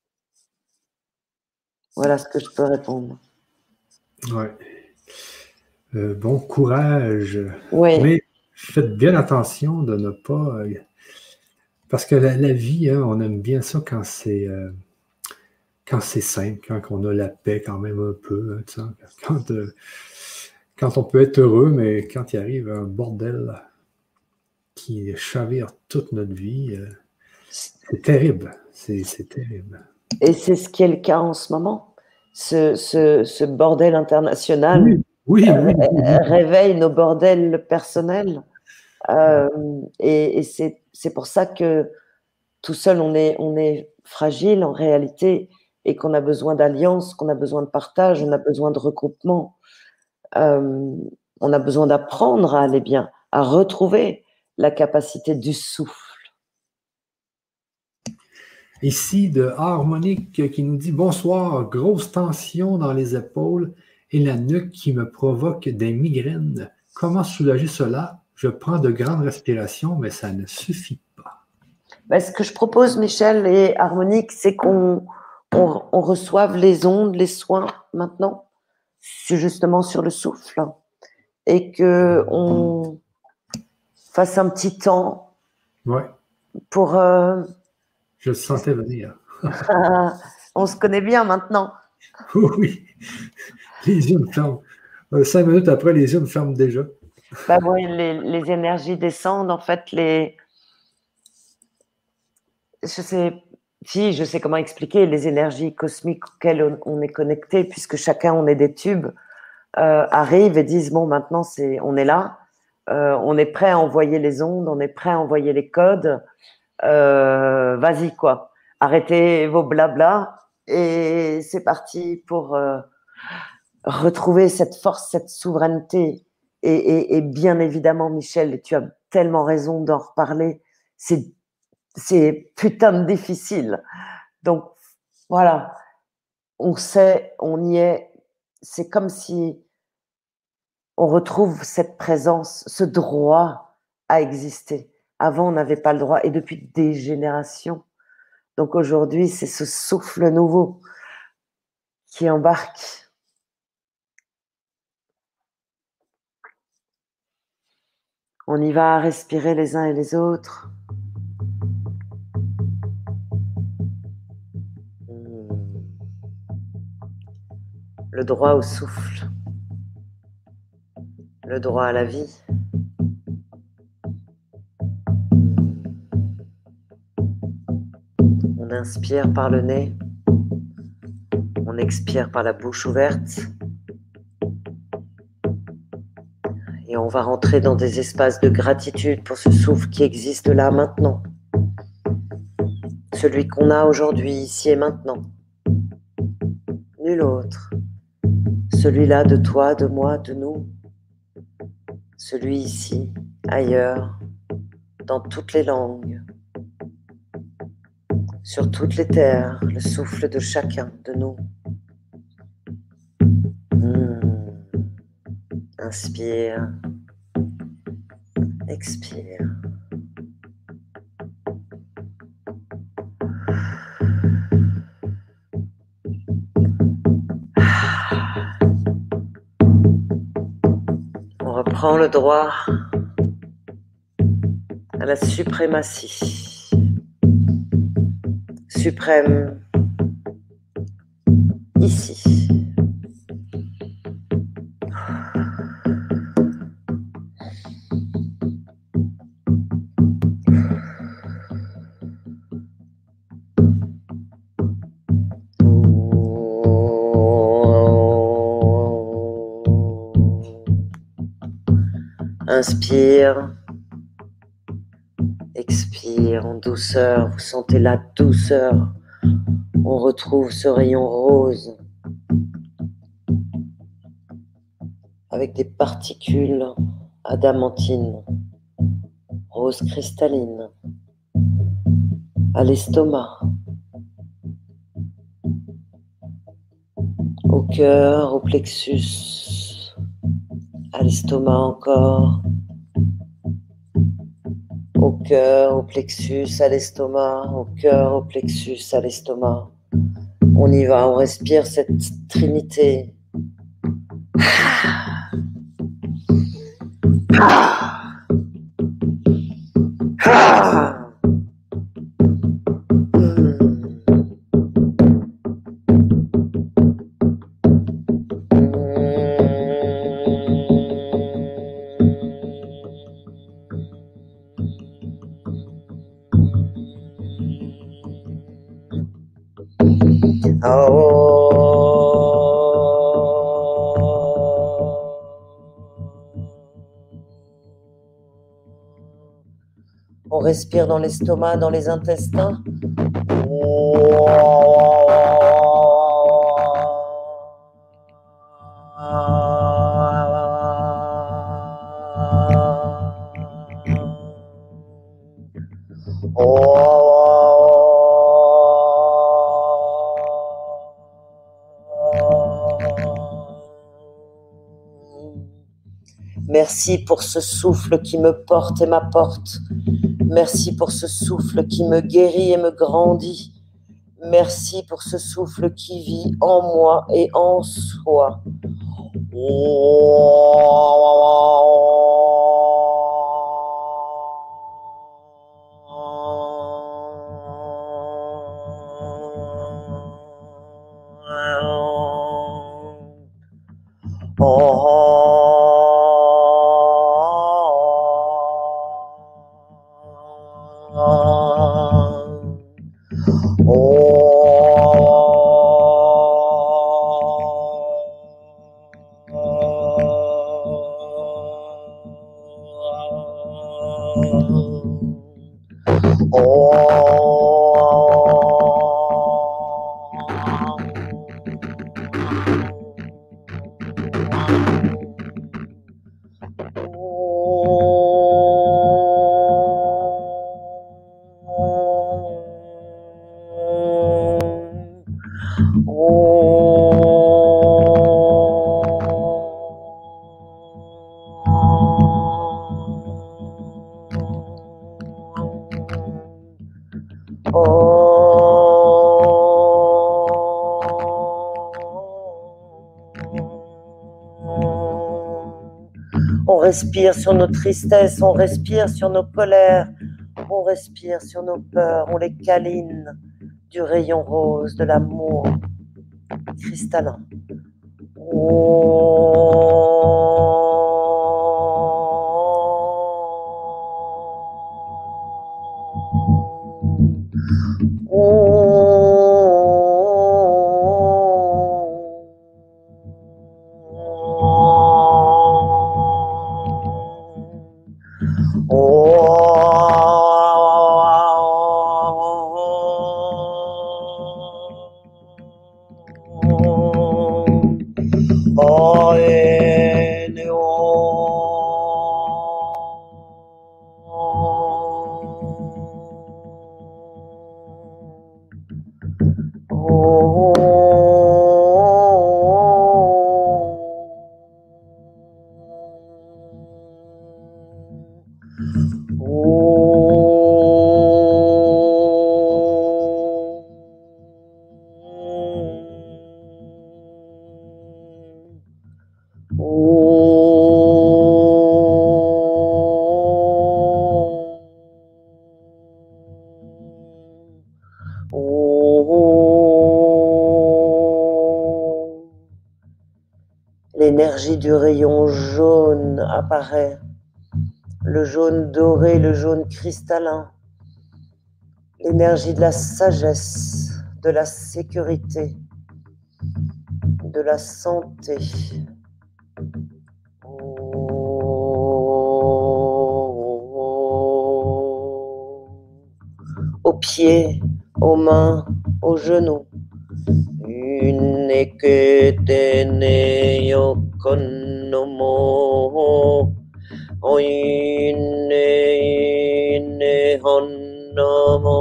Voilà ce que je peux répondre.
Oui. Euh, bon courage.
Oui.
Mais faites bien attention de ne pas... Euh, parce que la, la vie, hein, on aime bien ça quand c'est euh, quand c'est simple, quand on a la paix quand même un peu. Hein, quand, euh, quand on peut être heureux, mais quand il arrive un bordel qui chavire toute notre vie, euh, c'est terrible. C'est, c'est terrible.
Et c'est ce qui est le cas en ce moment. Ce, ce, ce bordel international
oui, oui,
euh,
oui, oui.
réveille nos bordels personnels. Euh, et et c'est, c'est pour ça que tout seul, on est, on est fragile en réalité. et qu'on a besoin d'alliance, qu'on a besoin de partage, on a besoin de regroupement. Euh, on a besoin d'apprendre à aller bien, à retrouver la capacité du souffle.
Ici, de Harmonique qui nous dit « Bonsoir, grosse tension dans les épaules et la nuque qui me provoque des migraines. Comment soulager cela? Je prends de grandes respirations, mais ça ne suffit pas. »
Ben, ce que je propose, Michel et Harmonique, c'est qu'on on, on reçoive les ondes, les soins maintenant, justement sur le souffle, et qu'on fasse un petit temps
ouais.
pour... Euh,
Je le sentais venir.
On se connaît bien maintenant.
Oui, les yeux me ferment. Cinq minutes après, les yeux me ferment déjà.
Ben oui, les, les énergies descendent, en fait, les... Je sais, si, je sais comment expliquer les énergies cosmiques auxquelles on, on est connecté, puisque chacun, on est des tubes, euh, arrivent et disent, bon, maintenant, c'est, on est là, euh, on est prêt à envoyer les ondes, on est prêt à envoyer les codes, euh, vas-y, quoi. Arrêtez vos blabla et c'est parti pour euh, retrouver cette force, cette souveraineté. Et, et, et bien évidemment, Michel, et tu as tellement raison d'en reparler, c'est, c'est putain de difficile. Donc, voilà, on sait, on y est. C'est comme si on retrouve cette présence, ce droit à exister. Avant, on n'avait pas le droit, et depuis des générations. Donc aujourd'hui, c'est ce souffle nouveau qui embarque. On y va à respirer les uns et les autres. Le droit au souffle. Le droit à la vie. On inspire par le nez. On expire par la bouche ouverte. Et on va rentrer dans des espaces de gratitude pour ce souffle qui existe là maintenant. Celui qu'on a aujourd'hui, ici et maintenant. Nul autre. Celui-là de toi, de moi, de nous. Celui ici, ailleurs, dans toutes les langues. Sur toutes les terres, le souffle de chacun de nous. Mmh. Inspire. Expire. On reprend le droit à la suprématie. Suprême ici. Inspire, expire en douceur, vous sentez la douceur, on retrouve ce rayon rose avec des particules adamantines, rose cristalline, à l'estomac, au cœur, au plexus, à l'estomac encore, au cœur, au plexus, à l'estomac, au cœur, au plexus, à l'estomac. On y va, on respire cette trinité. Ah. Ah. Ah. On respire dans l'estomac, dans les intestins. Merci pour ce souffle qui me porte et m'apporte. Merci pour ce souffle qui me guérit et me grandit. Merci pour ce souffle qui vit en moi et en soi. On respire sur nos tristesses, on respire sur nos colères, on respire sur nos peurs, on les câline du rayon rose de l'amour cristallin. L'énergie du rayon jaune apparaît, le jaune doré, le jaune cristallin, l'énergie de la sagesse, de la sécurité, de la santé. Aux pieds, aux mains, aux genoux. Neketene yokonomo oine ne honomo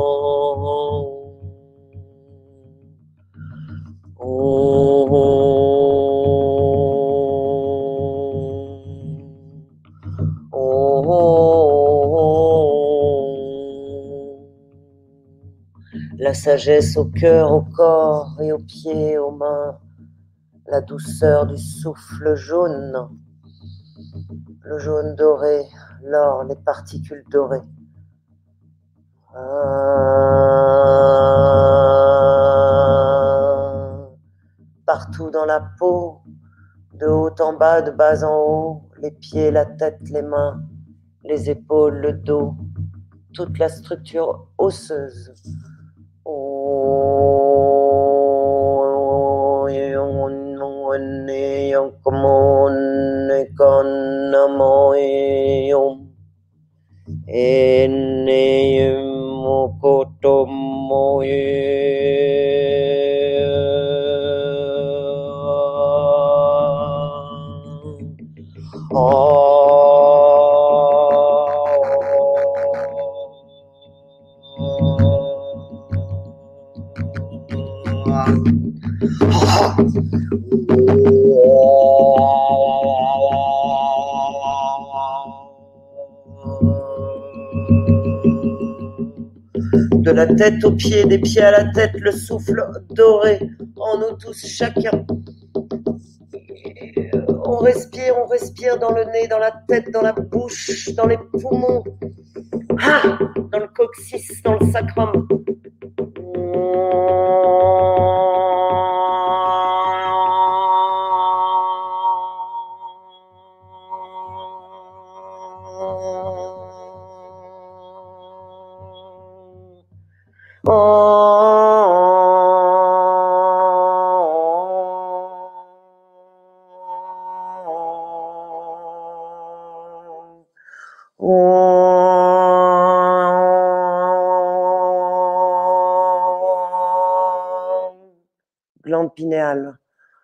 la sagesse au cœur, au corps et aux pieds, aux mains, la douceur du souffle jaune, le jaune doré, l'or, les particules dorées. Ah, partout dans la peau, de haut en bas, de bas en haut, les pieds, la tête, les mains, les épaules, le dos, toute la structure osseuse. De la tête aux pieds, des pieds à la tête, le souffle doré en nous tous, chacun. Et on respire, on respire dans le nez, dans la tête, dans la bouche, dans les poumons, ah, dans le coccyx, dans le sacrum. Glande pinéale.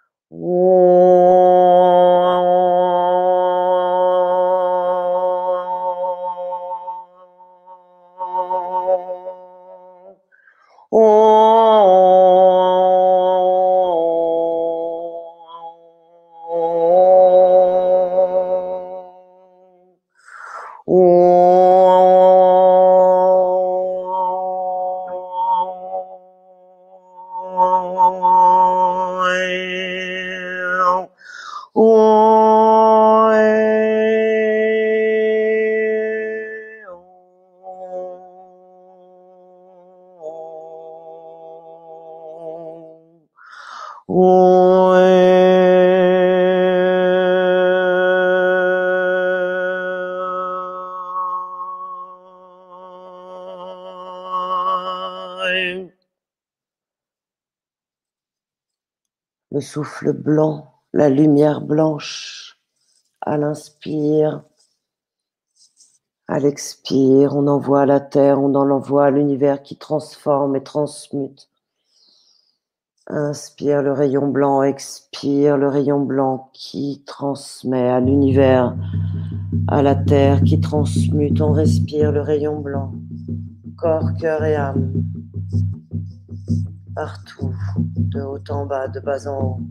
Le souffle blanc, la lumière blanche, à l'inspire, à l'expire, on envoie à la terre, on en envoie à l'univers qui transforme et transmute. Inspire le rayon blanc, expire le rayon blanc qui transmet à l'univers, à la terre qui transmute. On respire le rayon blanc, corps, cœur et âme, partout, de haut en bas, de bas en haut.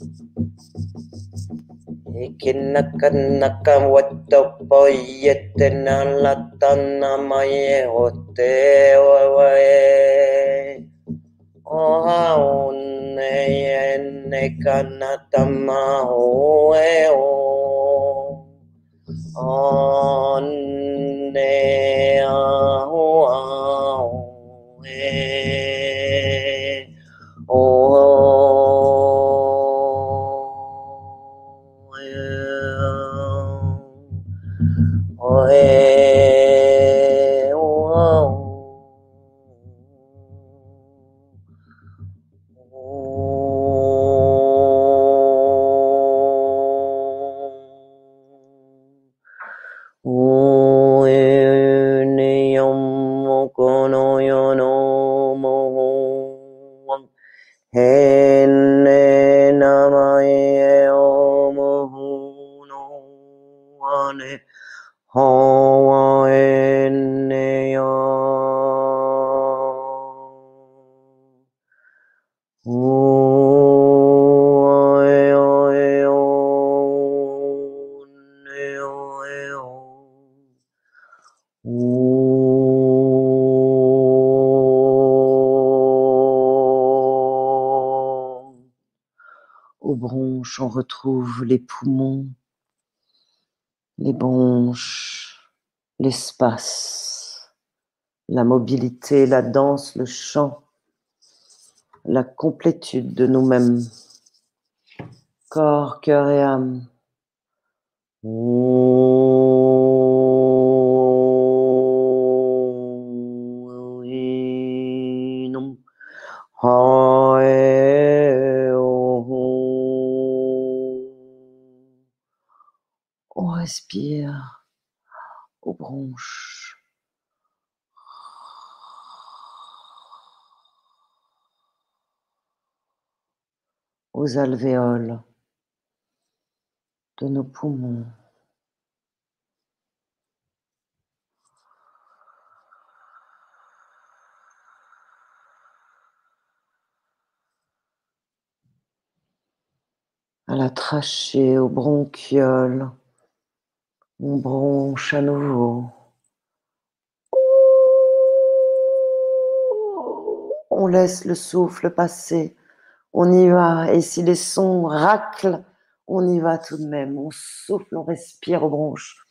Ikinaka naka watopoyete na latana maye hote wae. Oha one ene kanatama hoe o. One aho aho e. Oh. Aux bronches, on retrouve les poumons, les bronches, l'espace, la mobilité, la danse, le chant, la complétude de nous-mêmes, corps, cœur et âme. On respire aux bronches. Aux alvéoles de nos poumons. À la trachée, aux bronchioles. On bronche à nouveau. on laisse le souffle passer. On y va. Et si les sons raclent, on y va tout de même. On souffle, on respire aux bronches.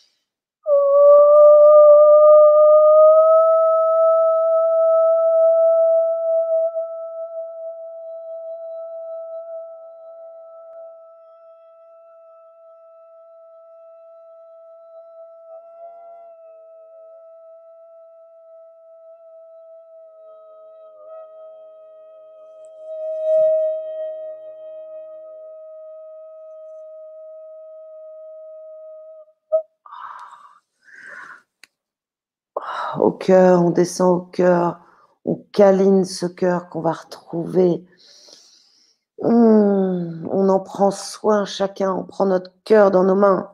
Au cœur, on descend au cœur, on câline ce cœur qu'on va retrouver. Mmh, on en prend soin chacun, on prend notre cœur dans nos mains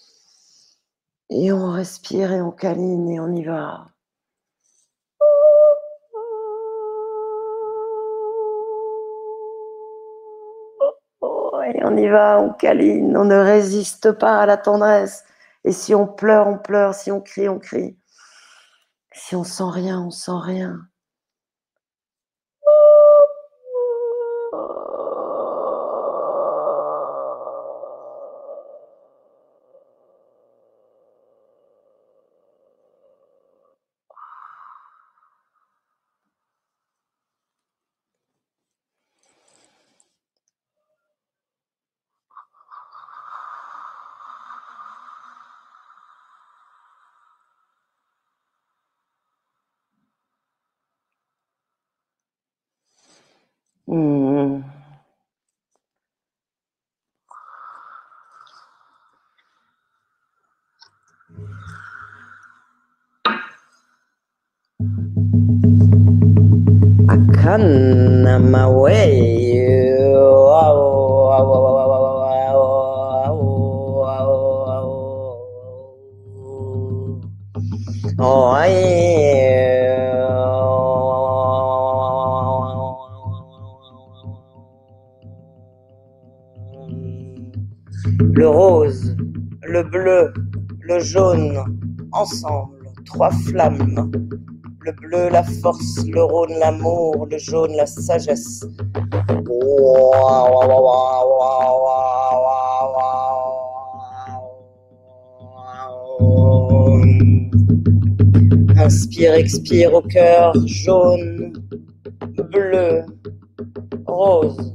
et on respire et on câline et on y va. Et on y va, on câline, on ne résiste pas à la tendresse. Et si on pleure, on pleure, si on crie, on crie. Si on sent rien, on sent rien. Mmh. Le rose, le bleu, le jaune, ensemble, trois flammes. Le bleu, la force, le rhône, l'amour, le jaune, la sagesse. Inspire, expire au cœur, jaune, bleu, rose.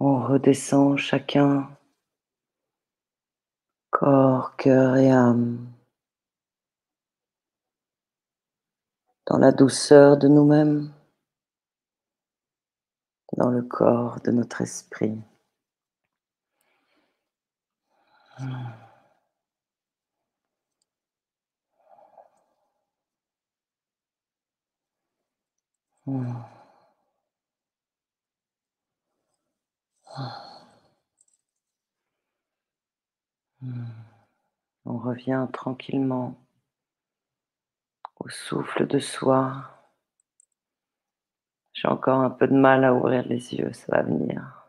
On redescend chacun, corps, cœur et âme, dans la douceur de nous-mêmes, dans le corps de notre esprit. On revient tranquillement au souffle de soi. J'ai encore un peu de mal à ouvrir les yeux, ça va venir.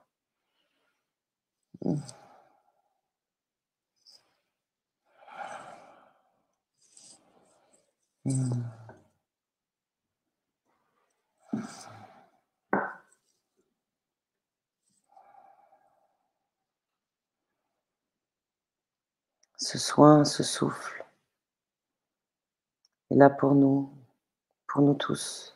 Ce soin, ce souffle est là pour nous, pour nous tous,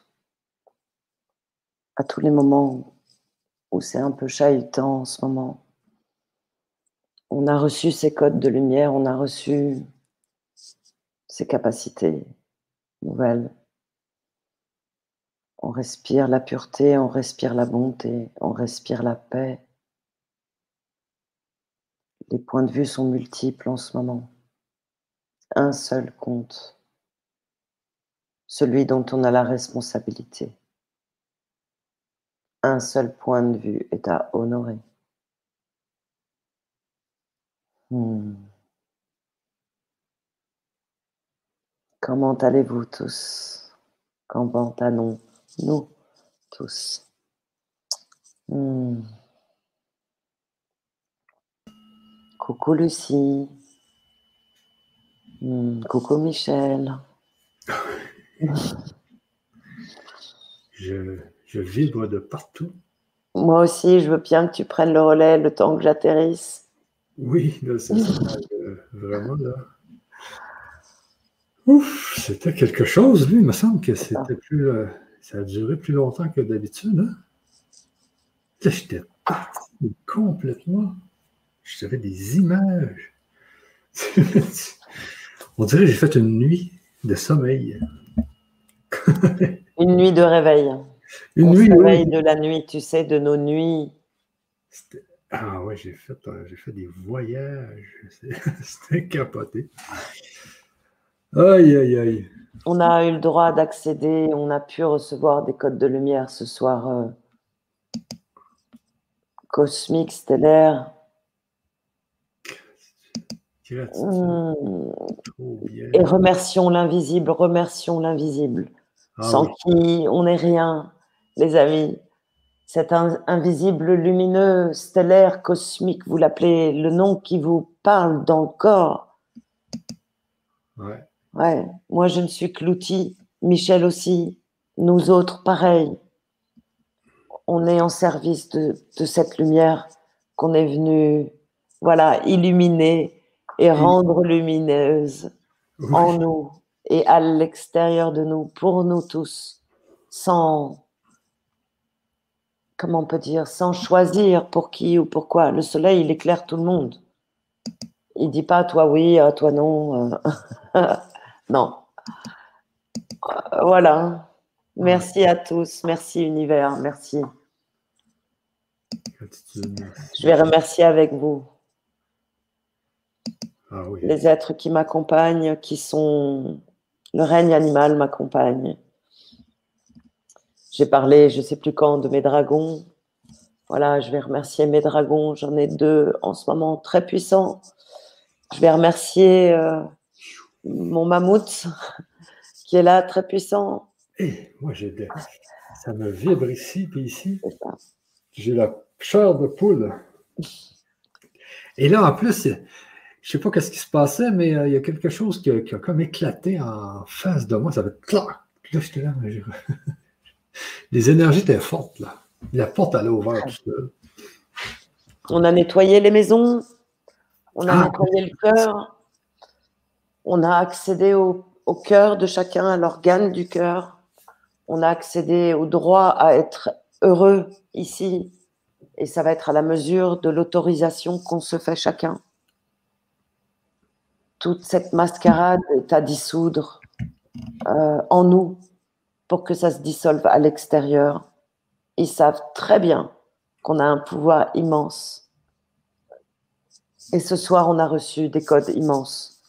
à tous les moments où c'est un peu chahutant en ce moment. On a reçu ces codes de lumière, on a reçu ces capacités nouvelles. On respire la pureté, on respire la bonté, on respire la paix. Les points de vue sont multiples en ce moment. Un seul compte, celui dont on a la responsabilité. Un seul point de vue est à honorer. Hmm. Comment allez-vous tous? Comment allons-nous tous? hmm. Coucou Lucie. Hmm. Coucou Michel.
Je, je vibre de partout.
Moi aussi, je veux bien que tu prennes le relais le temps que j'atterrisse.
Oui, là, c'est ça. euh, vraiment, là. Ouf, c'était quelque chose, lui. Il me semble que c'était plus. Euh, ça a duré plus longtemps que d'habitude. Hein? Là, j'étais parti complètement. J'avais des images. On dirait que j'ai fait une nuit de sommeil.
Une nuit de réveil.
Une
On
nuit,
se réveille
oui.
de la nuit, tu sais, de nos nuits.
C'était... Ah ouais, j'ai fait, euh, j'ai fait des voyages. C'était capoté. Aïe, aïe, aïe.
On a eu le droit d'accéder, on a pu recevoir des codes de lumière ce soir euh, cosmique, stellaire. Mmh.
Trop bien.
Et remercions l'invisible, remercions l'invisible,
Ah,
sans
oui.
qui on n'est rien, les amis. Cet in- invisible lumineux, stellaire, cosmique, vous l'appelez, le nom qui vous parle dans le corps.
Ouais.
Ouais. Moi, je ne suis que l'outil. Michel aussi. Nous autres, pareil. On est en service de, de cette lumière qu'on est venu, voilà, illuminer et rendre lumineuse
Oui.
en nous et à l'extérieur de nous, pour nous tous, sans, comment on peut dire, sans choisir pour qui ou pourquoi. Le soleil, il éclaire tout le monde. Il dit pas toi oui, à toi non. Non. Euh, voilà. Merci à tous. Merci univers. Merci. Je vais remercier avec vous.
Ah oui.
Les êtres qui m'accompagnent, qui sont... Le règne animal m'accompagne. J'ai parlé, je ne sais plus quand, de mes dragons. Voilà, je vais remercier mes dragons. J'en ai deux en ce moment très puissants. Je vais remercier euh, mon mammouth qui est là, très puissant.
Et moi, j'ai des... ça me vibre ici, puis ici. J'ai la chair de poule. Et là, en plus, je ne sais pas ce qui se passait, mais euh, il y a quelque chose qui a, qui a comme éclaté en face de moi. Ça fait clac. Là, j'étais là. Mais les énergies étaient fortes, là. La porte allait ouverte tout seul.
On a nettoyé les maisons, on a
Ah,
nettoyé le cœur, on a accédé au, au cœur de chacun, à l'organe du cœur, on a accédé au droit à être heureux ici Et ça va être à la mesure de l'autorisation qu'on se fait chacun. Toute cette mascarade est à dissoudre euh, en nous pour que ça se dissolve à l'extérieur. Ils savent très bien qu'on a un pouvoir immense. Et ce soir, on a reçu des codes immenses.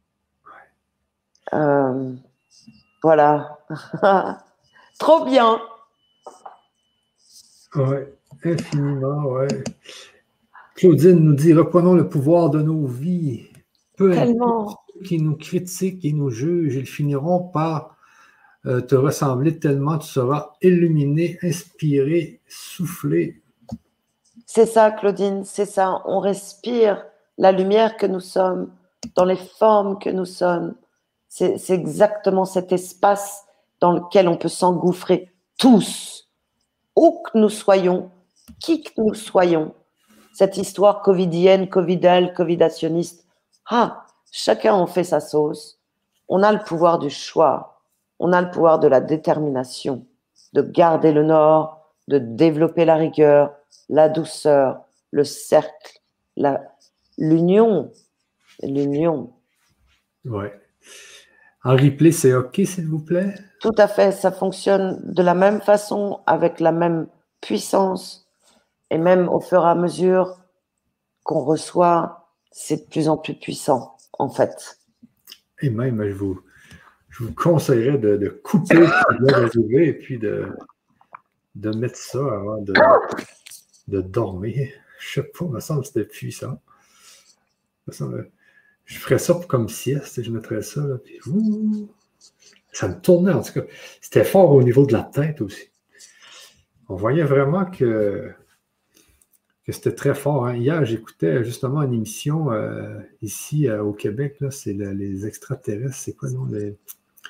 Euh, voilà. Trop bien.
Oui, infiniment, oui. Claudine nous dit, reprenons le pouvoir de nos vies. Peu importe ceux qui nous critiquent et nous jugent, ils finiront par euh, te ressembler tellement tu seras illuminé, inspiré, soufflé.
C'est ça, Claudine, c'est ça. On respire la lumière que nous sommes, dans les formes que nous sommes. C'est, c'est exactement cet espace dans lequel on peut s'engouffrer tous, où que nous soyons, qui que nous soyons. Cette histoire covidienne, covidale, covidationniste, ah, chacun en fait sa sauce. On a le pouvoir du choix, on a le pouvoir de la détermination, de garder le nord, de développer la rigueur, la douceur, le cercle, la, l'union, l'union.
Oui. En replay, c'est OK, s'il vous plaît?
Tout à fait, ça fonctionne de la même façon, avec la même puissance, et même au fur et à mesure qu'on reçoit, c'est de plus en plus puissant, en fait.
Et même, je vous, je vous conseillerais de, de couper le résumé et puis de, de mettre ça avant de, de dormir. Je ne sais pas, il me semble que c'était puissant. Il me semble, je ferais ça comme sieste et je mettrais ça, là, puis ouh, ça me tournait en tout cas. C'était fort au niveau de la tête aussi. On voyait vraiment que, que c'était très fort. Hein. Hier, j'écoutais justement une émission euh, ici euh, au Québec, là, c'est le, les extraterrestres, c'est quoi non? Les...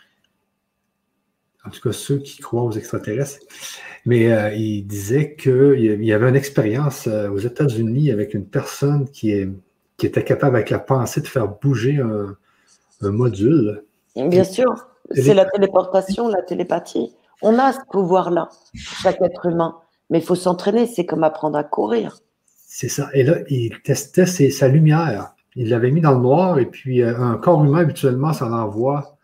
En tout cas, ceux qui croient aux extraterrestres. Mais euh, il disait qu'il y avait une expérience euh, aux États-Unis avec une personne qui, est, qui était capable avec la pensée de faire bouger un, un module.
Bien sûr, c'est la téléportation, la télépathie. On a ce pouvoir-là, chaque être humain. Mais il faut s'entraîner, c'est comme apprendre à courir.
C'est ça. Et là, il testait ses, sa lumière. Il l'avait mis dans le noir et puis euh, un corps humain, habituellement, ça envoie,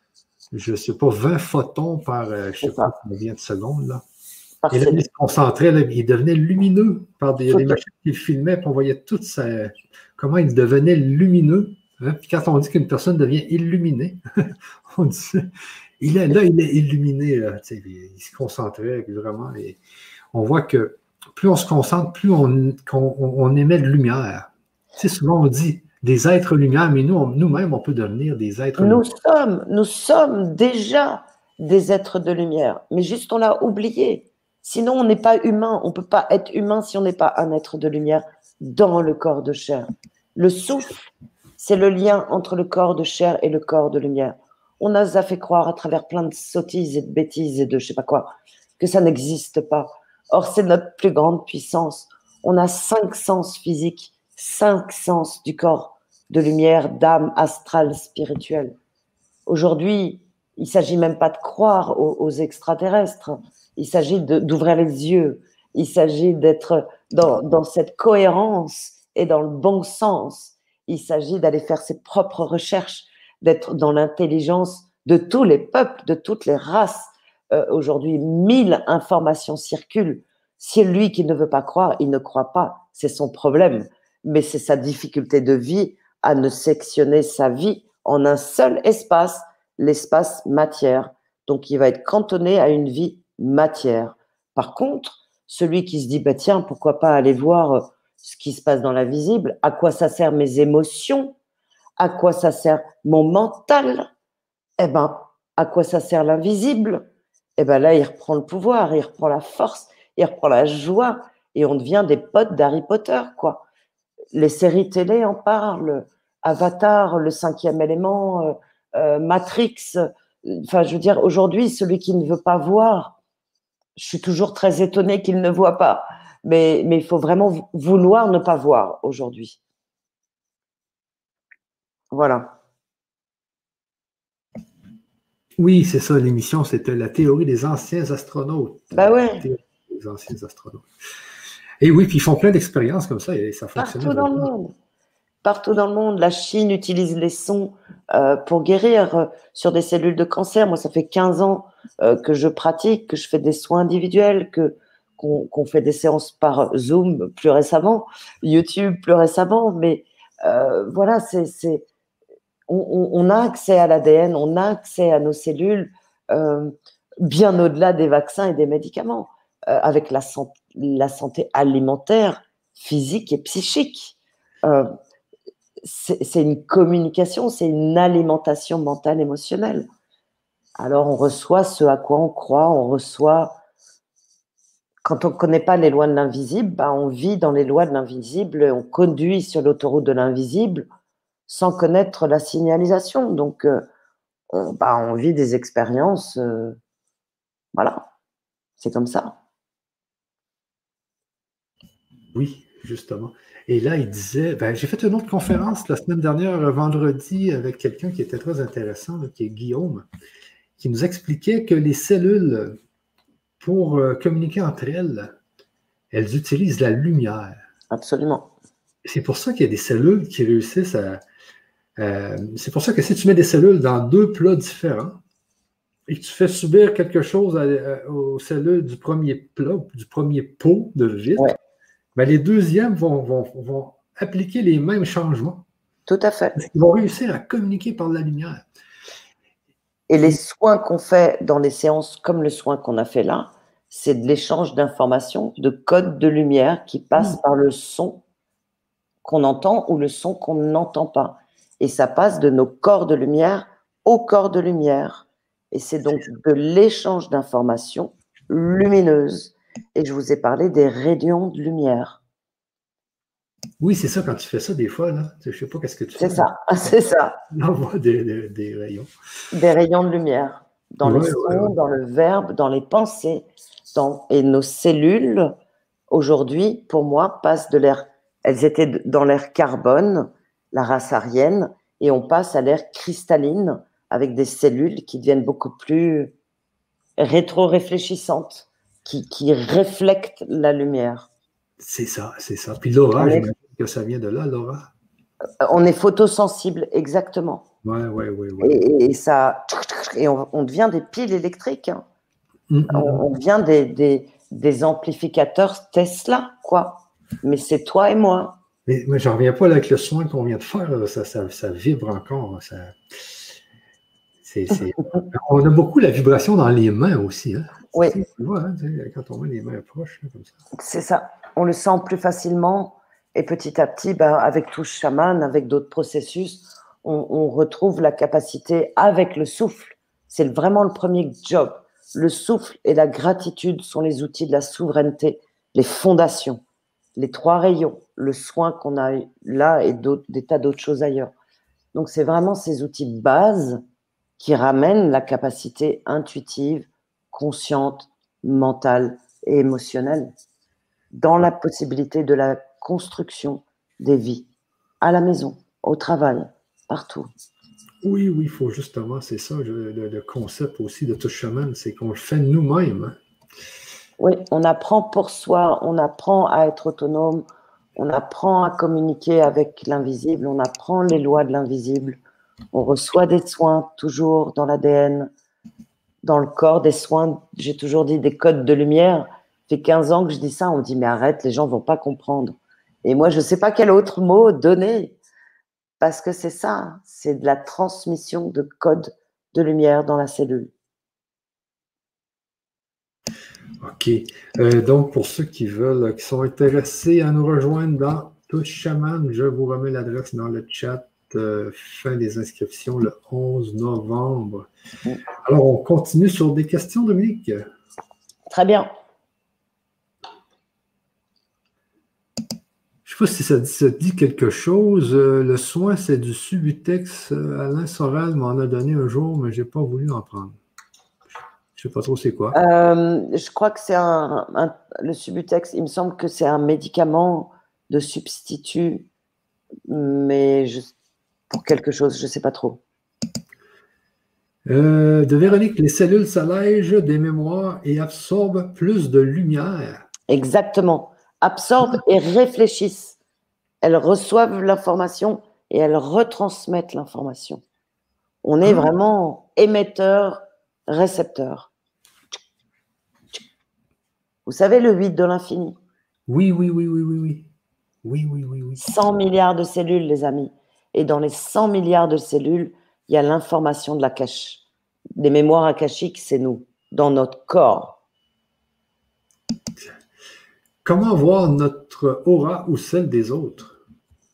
je ne sais pas, vingt photons par, euh, je ne sais pas combien de secondes. Là. Et là, il se concentrait, là, il devenait lumineux par des, des machines qu'il filmait, puis on voyait tout sa, comment il devenait lumineux. Hein? Puis quand on dit qu'une personne devient illuminée, on dit il est là, il est illuminé. Là, il, il se concentrait vraiment. Et on voit que plus on se concentre, plus on, on, on émet de lumière. Tu sais, souvent on dit des êtres lumière, mais nous, on, nous-mêmes, on peut devenir des êtres
nous
lumière.
Sommes, nous sommes déjà des êtres de lumière, mais juste on l'a oublié. Sinon, on n'est pas humain. On ne peut pas être humain si on n'est pas un être de lumière dans le corps de chair. Le souffle, c'est le lien entre le corps de chair et le corps de lumière. On nous a fait croire à travers plein de sottises et de bêtises et de je ne sais pas quoi, que ça n'existe pas. Or, c'est notre plus grande puissance. On a cinq sens physiques, cinq sens du corps de lumière, d'âme, astrale, spirituelle. Aujourd'hui, il ne s'agit même pas de croire aux, aux extraterrestres. Il s'agit de, d'ouvrir les yeux. Il s'agit d'être dans, dans cette cohérence et dans le bon sens. Il s'agit d'aller faire ses propres recherches, d'être dans l'intelligence de tous les peuples, de toutes les races. Euh, aujourd'hui, mille informations circulent. Celui qui ne veut pas croire, il ne croit pas. C'est son problème. Mais c'est sa difficulté de vie à ne sectionner sa vie en un seul espace, l'espace matière. Donc, il va être cantonné à une vie matière. Par contre, celui qui se dit, bah, tiens, pourquoi pas aller voir ce qui se passe dans l'invisible, à quoi ça sert mes émotions, à quoi ça sert mon mental, eh ben, à quoi ça sert l'invisible? Eh ben là, il reprend le pouvoir, il reprend la force, il reprend la joie, et on devient des potes d'Harry Potter, quoi. Les séries télé en parlent, Avatar, le cinquième élément, euh, euh, Matrix. Enfin, je veux dire, aujourd'hui, celui qui ne veut pas voir, je suis toujours très étonnée qu'il ne voit pas. Mais, mais il faut vraiment vouloir ne pas voir aujourd'hui. Voilà.
Oui, c'est ça, l'émission, c'était la théorie des anciens astronautes.
Bah ouais.
La théorie des anciens astronautes. Et oui, puis ils font plein d'expériences comme ça et ça fonctionne
Partout dans le
vraiment.
monde. Partout dans le monde, la Chine utilise les sons euh, pour guérir euh, sur des cellules de cancer. Moi, ça fait quinze ans euh, que je pratique, que je fais des soins individuels, que qu'on qu'on fait des séances par Zoom plus récemment, YouTube plus récemment. Mais euh, voilà, c'est, c'est, on, on a accès à l'A D N, on a accès à nos cellules euh, bien au-delà des vaccins et des médicaments, euh, avec la, san- la santé alimentaire, physique et psychique. Euh, c'est une communication, c'est une alimentation mentale, émotionnelle. Alors, on reçoit ce à quoi on croit, on reçoit. Quand on ne connaît pas les lois de l'invisible, bah, on vit dans les lois de l'invisible, on conduit sur l'autoroute de l'invisible sans connaître la signalisation. Donc, euh, on, bah, on vit des expériences. Euh, voilà, c'est comme ça.
Oui, justement. Et là, il disait, ben, j'ai fait une autre conférence la semaine dernière, vendredi, avec quelqu'un qui était très intéressant, là, qui est Guillaume, qui nous expliquait que les cellules, pour euh, communiquer entre elles, elles utilisent la lumière.
Absolument.
C'est pour ça qu'il y a des cellules qui réussissent à... Euh, c'est pour ça que si tu mets des cellules dans deux plats différents et que tu fais subir quelque chose à, à, aux cellules du premier plat, du premier pot de vitre,
Ouais.
ben, les deuxièmes vont, vont, vont appliquer les mêmes changements.
Tout à fait.
Ils vont réussir à communiquer par la lumière.
Et les soins qu'on fait dans les séances, comme le soin qu'on a fait là, c'est de l'échange d'informations, de codes de lumière qui passent mmh. par le son qu'on entend ou le son qu'on n'entend pas. Et ça passe de nos corps de lumière aux corps de lumière. Et c'est donc de l'échange d'informations lumineuses. Et je vous ai parlé des rayons de lumière.
Oui, c'est ça, quand tu fais ça, des fois, là, je ne sais pas qu'est-ce que tu fais.
C'est ça, c'est ça.
On voit des, des, des rayons.
Des rayons de lumière. Dans
ouais,
les sons,
ouais, ouais.
dans le verbe, dans les pensées. Dans... Et nos cellules, aujourd'hui, pour moi, passent de l'ère... Elles étaient dans l'ère carbone, la race aryenne, et on passe à l'ère cristalline, avec des cellules qui deviennent beaucoup plus rétro-réfléchissantes, qui, qui reflètent la lumière.
C'est ça, c'est ça. Puis l'aura, j'imagine que ça vient de là, l'aura.
On est photosensible, exactement.
Oui, oui, oui. Ouais.
Et, et ça, et on, on devient des piles électriques. Hein. Mm-hmm. On, on devient des, des, des amplificateurs Tesla, quoi. Mais c'est toi et moi.
Mais, mais je ne reviens pas là, avec le soin qu'on vient de faire. Ça, ça, ça vibre encore. Ça... C'est, c'est... On a beaucoup la vibration dans les mains aussi. Hein.
Oui.
Tu vois, hein, quand on met les mains proches, là, comme ça.
C'est ça. On le sent plus facilement. Et petit à petit, ben, avec touche chaman, avec d'autres processus, on, on retrouve la capacité avec le souffle. C'est vraiment le premier job. Le souffle et la gratitude sont les outils de la souveraineté, les fondations, les trois rayons, le soin qu'on a là et des tas d'autres choses ailleurs. Donc, c'est vraiment ces outils de base qui ramènent la capacité intuitive, consciente, mentale et émotionnelle dans la possibilité de la construction des vies, à la maison, au travail, partout.
Oui, oui, il faut justement, c'est ça, le, le, le concept aussi de touche chaman, c'est qu'on le fait nous-mêmes. Hein.
Oui, on apprend pour soi, on apprend à être autonome, on apprend à communiquer avec l'invisible, on apprend les lois de l'invisible, on reçoit des soins toujours dans l'A D N, dans le corps, des soins, j'ai toujours dit des codes de lumière. Ça fait quinze ans que je dis ça, on me dit mais arrête, les gens ne vont pas comprendre. Et moi, je ne sais pas quel autre mot donner, parce que c'est ça, c'est de la transmission de codes de lumière dans la cellule.
OK. Euh, donc, pour ceux qui veulent, qui sont intéressés à nous rejoindre dans Touche Chaman, je vous remets l'adresse dans le chat. Euh, fin des inscriptions le onze novembre. Alors, on continue sur des questions, Dominique?
Très bien.
Je ne sais pas si ça dit, ça dit quelque chose. Euh, le soin, c'est du Subutex. Alain Soral m'en a donné un jour, mais je n'ai pas voulu en prendre. Je ne sais pas trop c'est quoi.
Euh, je crois que c'est un, un, le Subutex, il me semble que c'est un médicament de substitut, mais je, pour quelque chose, je ne sais pas trop.
Euh, de Véronique, les cellules s'allègent des mémoires et absorbent plus de lumière.
Exactement. absorbent et réfléchissent. Elles reçoivent l'information et elles retransmettent l'information. On est vraiment émetteur, récepteur. Vous savez le huit de l'infini?
Oui, oui, oui, oui, oui, oui. Oui, oui, oui, oui.
cent milliards de cellules, les amis. Et dans les cent milliards de cellules, il y a l'information de la cache. Les mémoires akashiques, c'est nous, dans notre corps.
Comment voir notre aura ou celle des autres?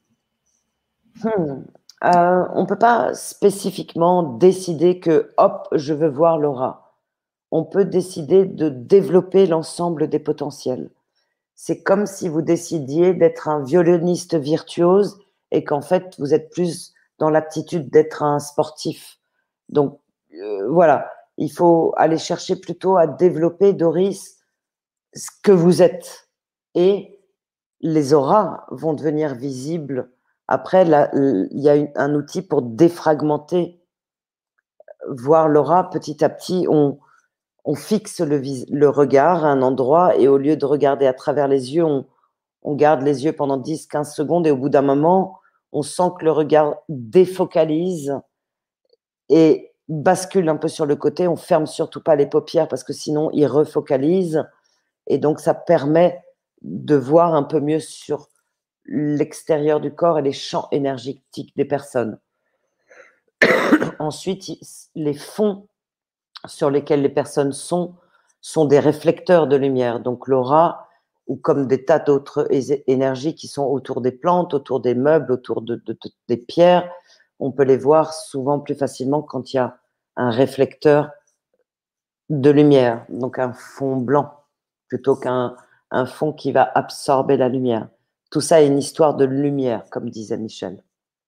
Hmm. Euh, on ne peut pas spécifiquement décider que, hop, je veux voir l'aura. On peut décider de développer l'ensemble des potentiels. C'est comme si vous décidiez d'être un violoniste virtuose et qu'en fait, vous êtes plus dans l'aptitude d'être un sportif. Donc, euh, voilà, il faut aller chercher plutôt à développer, Doris, ce que vous êtes. Et les auras vont devenir visibles. Après, là, il y a un outil pour défragmenter, voir l'aura petit à petit. On, on fixe le, le regard à un endroit et au lieu de regarder à travers les yeux, on, on garde les yeux pendant dix à quinze secondes et au bout d'un moment, on sent que le regard défocalise et bascule un peu sur le côté. On ferme surtout pas les paupières parce que sinon, il refocalise. Et donc, ça permet de voir un peu mieux sur l'extérieur du corps et les champs énergétiques des personnes. Ensuite, les fonds sur lesquels les personnes sont, sont des réflecteurs de lumière. Donc l'aura, ou comme des tas d'autres énergies qui sont autour des plantes, autour des meubles, autour de, de, de, des pierres, on peut les voir souvent plus facilement quand il y a un réflecteur de lumière, donc un fond blanc, plutôt qu'un un fond qui va absorber la lumière. Tout ça est une histoire de lumière, comme disait Michel.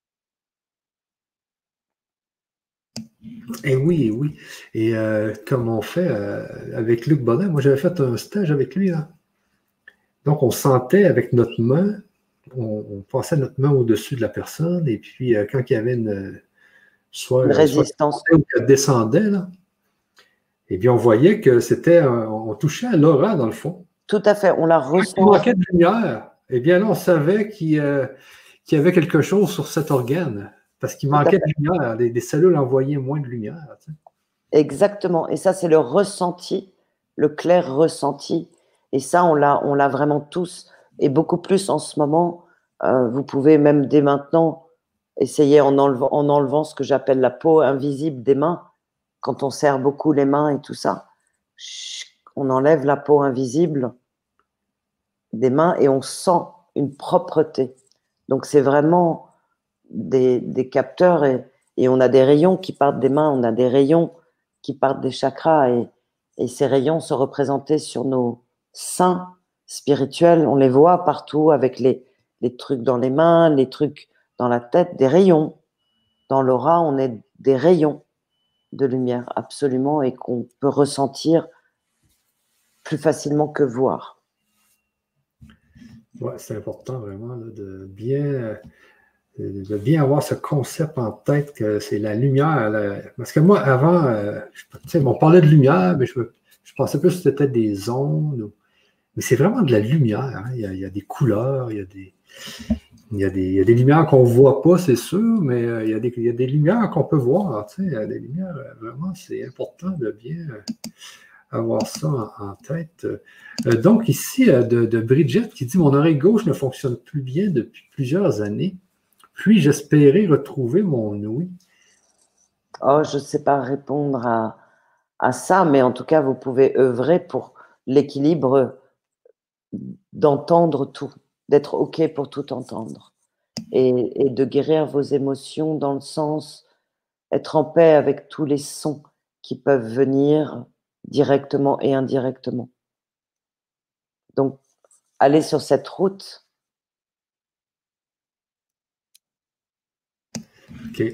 Et oui, oui. Et euh, comme on fait euh, avec Luc Bodin, moi j'avais fait un stage avec lui. Là. Donc on sentait avec notre main, on, on passait notre main au-dessus de la personne, et puis euh, quand il y avait une, soit,
une résistance,
soit qu'elle descendait, là, et bien on voyait que c'était, on touchait à l'aura dans le fond.
Tout à fait, on la ressent.
Quand il manquait de lumière, et bien là on savait qu'il euh, qu'il y avait quelque chose sur cet organe. Parce qu'il manquait de lumière, les, les cellules envoyaient moins de lumière. Tu sais.
Exactement. Et ça, c'est le ressenti, le clair ressenti. Et ça, on l'a, on l'a vraiment tous. Et beaucoup plus en ce moment. Euh, vous pouvez même dès maintenant essayer en enlevant, en enlevant ce que j'appelle la peau invisible des mains. Quand on serre beaucoup les mains et tout ça, on enlève la peau invisible des mains et on sent une propreté. Donc, c'est vraiment des, des capteurs et, et on a des rayons qui partent des mains, on a des rayons qui partent des chakras et, et ces rayons sont représentés sur nos seins spirituels. On les voit partout avec les, les trucs dans les mains, les trucs dans la tête, des rayons. Dans l'aura, on est des rayons de lumière, absolument, et qu'on peut ressentir plus facilement que voir.
Ouais, c'est important vraiment là, de bien... de bien avoir ce concept en tête que c'est la lumière. Là. Parce que moi, avant, euh, je, on parlait de lumière, mais je, je pensais plus que c'était des ondes. Ou, mais c'est vraiment de la lumière. Hein. Il, y a, il y a des couleurs, il y a des, il y a des, il y a des lumières qu'on ne voit pas, c'est sûr, mais euh, il, y a des, il y a des lumières qu'on peut voir. Tu sais, il y a des lumières, vraiment, c'est important de bien avoir ça en, en tête. Euh, donc, ici, de, de Bridget qui dit « Mon oreille gauche ne fonctionne plus bien depuis plusieurs années. Puis j'espérais retrouver mon ouïe. »
Oh, je ne sais pas répondre à, à ça, mais en tout cas, vous pouvez œuvrer pour l'équilibre d'entendre tout, d'être OK pour tout entendre et, et de guérir vos émotions dans le sens être en paix avec tous les sons qui peuvent venir directement et indirectement. Donc, allez sur cette route.
OK.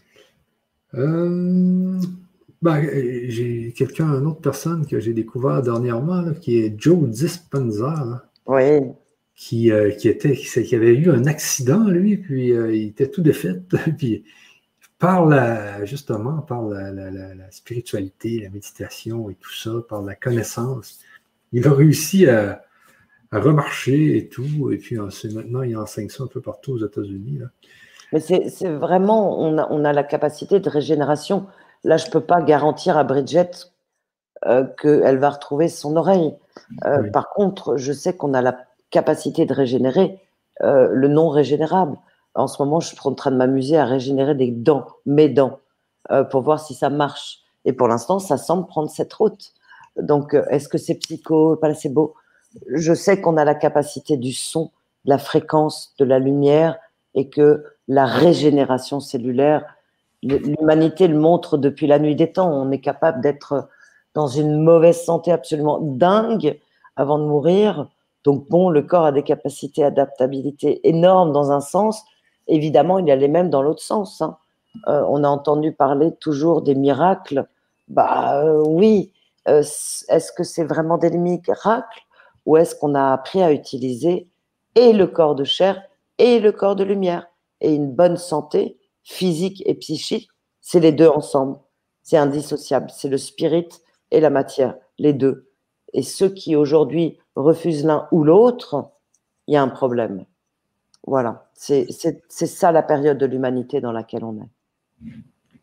Euh, ben, j'ai quelqu'un, une autre personne que j'ai découvert dernièrement, là, qui est Joe Dispenza. Là,
oui.
Qui, euh, qui, était, qui, qui avait eu un accident, lui, puis euh, il était tout défait. Puis par la, justement, par la, la, la, la spiritualité, la méditation et tout ça, par la connaissance, il a réussi à, à remarcher et tout. Et puis c'est maintenant, il enseigne ça un peu partout aux États-Unis, là.
Mais c'est vraiment, on a, on a la capacité de régénération. Là, je ne peux pas garantir à Bridget euh, qu'elle va retrouver son oreille. Euh,
Oui.
Par contre, je sais qu'on a la capacité de régénérer euh, le non régénérable. En ce moment, je suis en train de m'amuser à régénérer des dents, mes dents, euh, pour voir si ça marche. Et pour l'instant, ça semble prendre cette route. Donc, euh, est-ce que c'est psycho, placebo? Je sais qu'on a la capacité du son, de la fréquence, de la lumière, et que la régénération cellulaire, l'humanité le montre depuis la nuit des temps. On est capable d'être dans une mauvaise santé absolument dingue avant de mourir. Donc bon, le corps a des capacités d'adaptabilité énormes dans un sens. Évidemment, il y a les mêmes dans l'autre sens, hein. Euh, on a entendu parler toujours des miracles. Bah euh, oui. Euh, est-ce que c'est vraiment des miracles ou est-ce qu'on a appris à utiliser et le corps de chair et le corps de lumière? Et une bonne santé physique et psychique, c'est les deux ensemble. C'est indissociable. C'est le spirit et la matière, les deux. Et ceux qui aujourd'hui refusent l'un ou l'autre, il y a un problème. Voilà. C'est ça la période de l'humanité dans laquelle on est.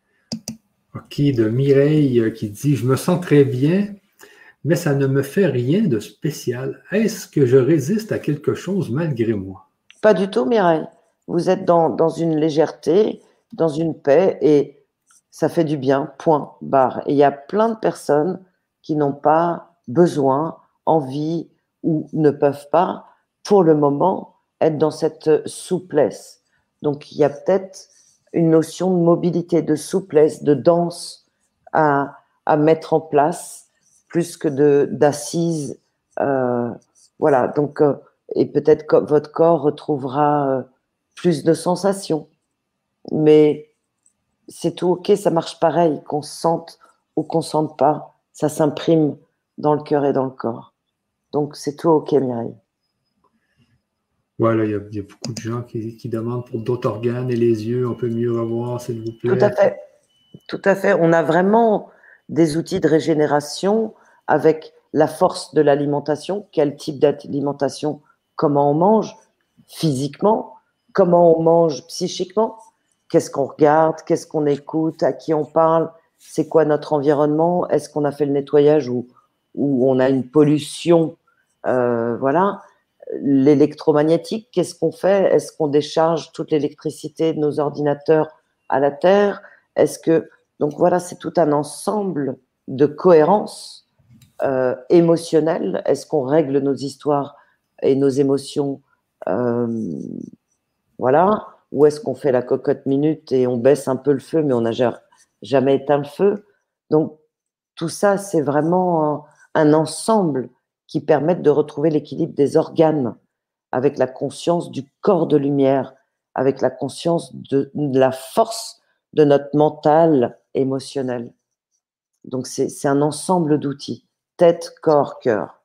OK, de Mireille qui dit « Je me sens très bien, mais ça ne me fait rien de spécial. Est-ce que je résiste à quelque chose malgré moi? »
Pas du tout, Mireille. Vous êtes dans, dans une légèreté, dans une paix, et ça fait du bien, point, barre. Et il y a plein de personnes qui n'ont pas besoin, envie ou ne peuvent pas, pour le moment, être dans cette souplesse. Donc, il y a peut-être une notion de mobilité, de souplesse, de danse à, à mettre en place, plus que d'assises. Euh, voilà, donc, euh, et peut-être que votre corps retrouvera euh, plus de sensations. Mais c'est tout OK, ça marche pareil, qu'on se sente ou qu'on ne sente pas, ça s'imprime dans le cœur et dans le corps. Donc, c'est tout OK, Mireille.
Voilà, il y, a, il y a beaucoup de gens qui, qui demandent pour d'autres organes et les yeux, on peut mieux revoir, s'il vous plaît.
Tout à fait. Tout à fait. On a vraiment des outils de régénération avec la force de l'alimentation. Quel type d'alimentation? Comment on mange physiquement? Comment on mange psychiquement? Qu'est-ce qu'on regarde? Qu'est-ce qu'on écoute? À qui on parle? C'est quoi notre environnement? Est-ce qu'on a fait le nettoyage ou, ou on a une pollution? euh, Voilà. L'électromagnétique, qu'est-ce qu'on fait? Est-ce qu'on décharge toute l'électricité de nos ordinateurs à la Terre? Est-ce que... Donc voilà, c'est tout un ensemble de cohérence euh, émotionnelle. Est-ce qu'on règle nos histoires et nos émotions? euh, Voilà. Ou est-ce qu'on fait la cocotte minute et on baisse un peu le feu, mais on n'a jamais éteint le feu? Donc tout ça, c'est vraiment un, un ensemble qui permettent de retrouver l'équilibre des organes avec la conscience du corps de lumière, avec la conscience de, de la force de notre mental émotionnel. Donc, c'est un ensemble d'outils. Tête, corps, cœur.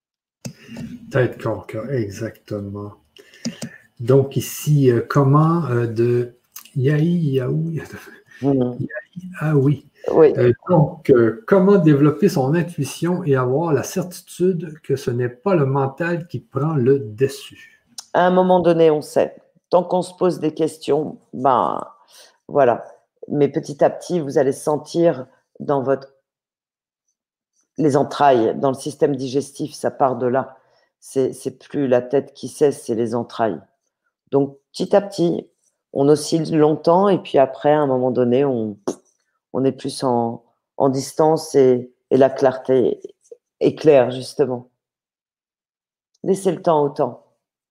Tête, corps, cœur, exactement. Donc ici, euh, comment euh, de Yahi Yaou
Mmh.
Ah oui.
Oui.
Euh, donc, euh, comment développer son intuition et avoir la certitude que ce n'est pas le mental qui prend le dessus?
À un moment donné, on sait. Tant qu'on se pose des questions, ben voilà. Mais petit à petit, vous allez sentir dans votre les entrailles, dans le système digestif, ça part de là. C'est plus la tête qui cesse, c'est les entrailles. Donc, petit à petit, on oscille longtemps et puis après, à un moment donné, on, on est plus en, en distance et, et la clarté éclaire, justement. Laissez le temps au temps.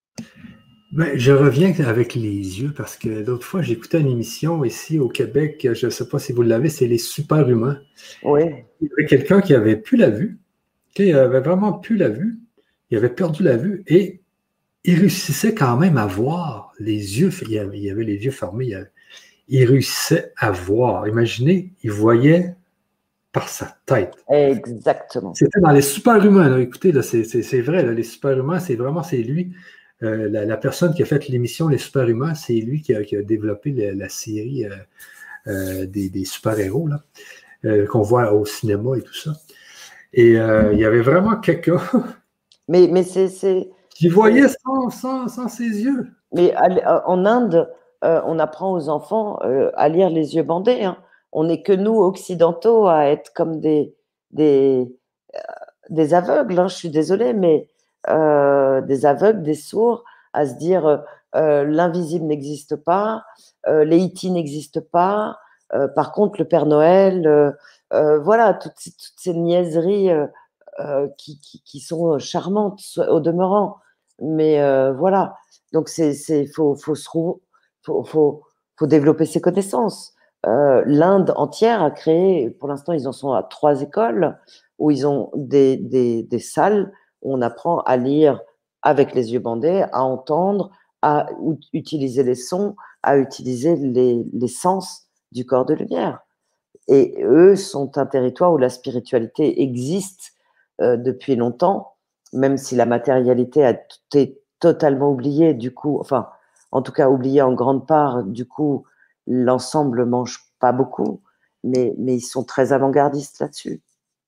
Ben, je reviens avec les yeux parce que l'autre fois, j'écoutais une émission ici au Québec, je ne sais pas si vous l'avez, c'est les super-humains.
Oui.
Il y avait quelqu'un qui avait plus la vue, qui avait vraiment plus la vue, il avait perdu la vue et il réussissait quand même à voir les yeux, il avait, il avait les yeux fermés, il, avait, il réussissait à voir. Imaginez, il voyait par sa tête.
Exactement.
C'était dans les super-humains, là. Écoutez, là, c'est vrai, là, les super-humains, c'est vraiment, c'est lui. Euh, la, la personne qui a fait l'émission Les Super-Humains, c'est lui qui a, qui a développé la, la série euh, euh, des, des super-héros euh, qu'on voit au cinéma et tout ça. Et euh, il y avait vraiment quelqu'un.
mais mais c'est
Qui voyait sans, sans, sans ses yeux.
Mais en Inde, euh, on apprend aux enfants euh, à lire les yeux bandés. Hein. On n'est que nous, occidentaux, à être comme des, des, euh, des aveugles. Hein. Je suis désolée, mais euh, des aveugles, des sourds, à se dire euh, l'invisible n'existe pas, euh, les hittis n'existent pas. Euh, par contre, le Père Noël, euh, euh, voilà, toutes, toutes ces niaiseries euh, euh, qui, qui, qui sont charmantes au demeurant. Mais euh, voilà. Donc, c'est, c'est, faut, faut, se faut, faut, faut développer ses connaissances. Euh, L'Inde entière a créé, pour l'instant, ils en sont à trois écoles où ils ont des, des, des salles où on apprend à lire avec les yeux bandés, à entendre, à utiliser les sons, à utiliser les, les sens du corps de lumière. Et eux sont un territoire où la spiritualité existe euh, depuis longtemps, même si la matérialité a été totalement oubliée, du coup, enfin, en tout cas oubliée en grande part, du coup, l'ensemble ne mange pas beaucoup, mais, mais ils sont très avant-gardistes là-dessus.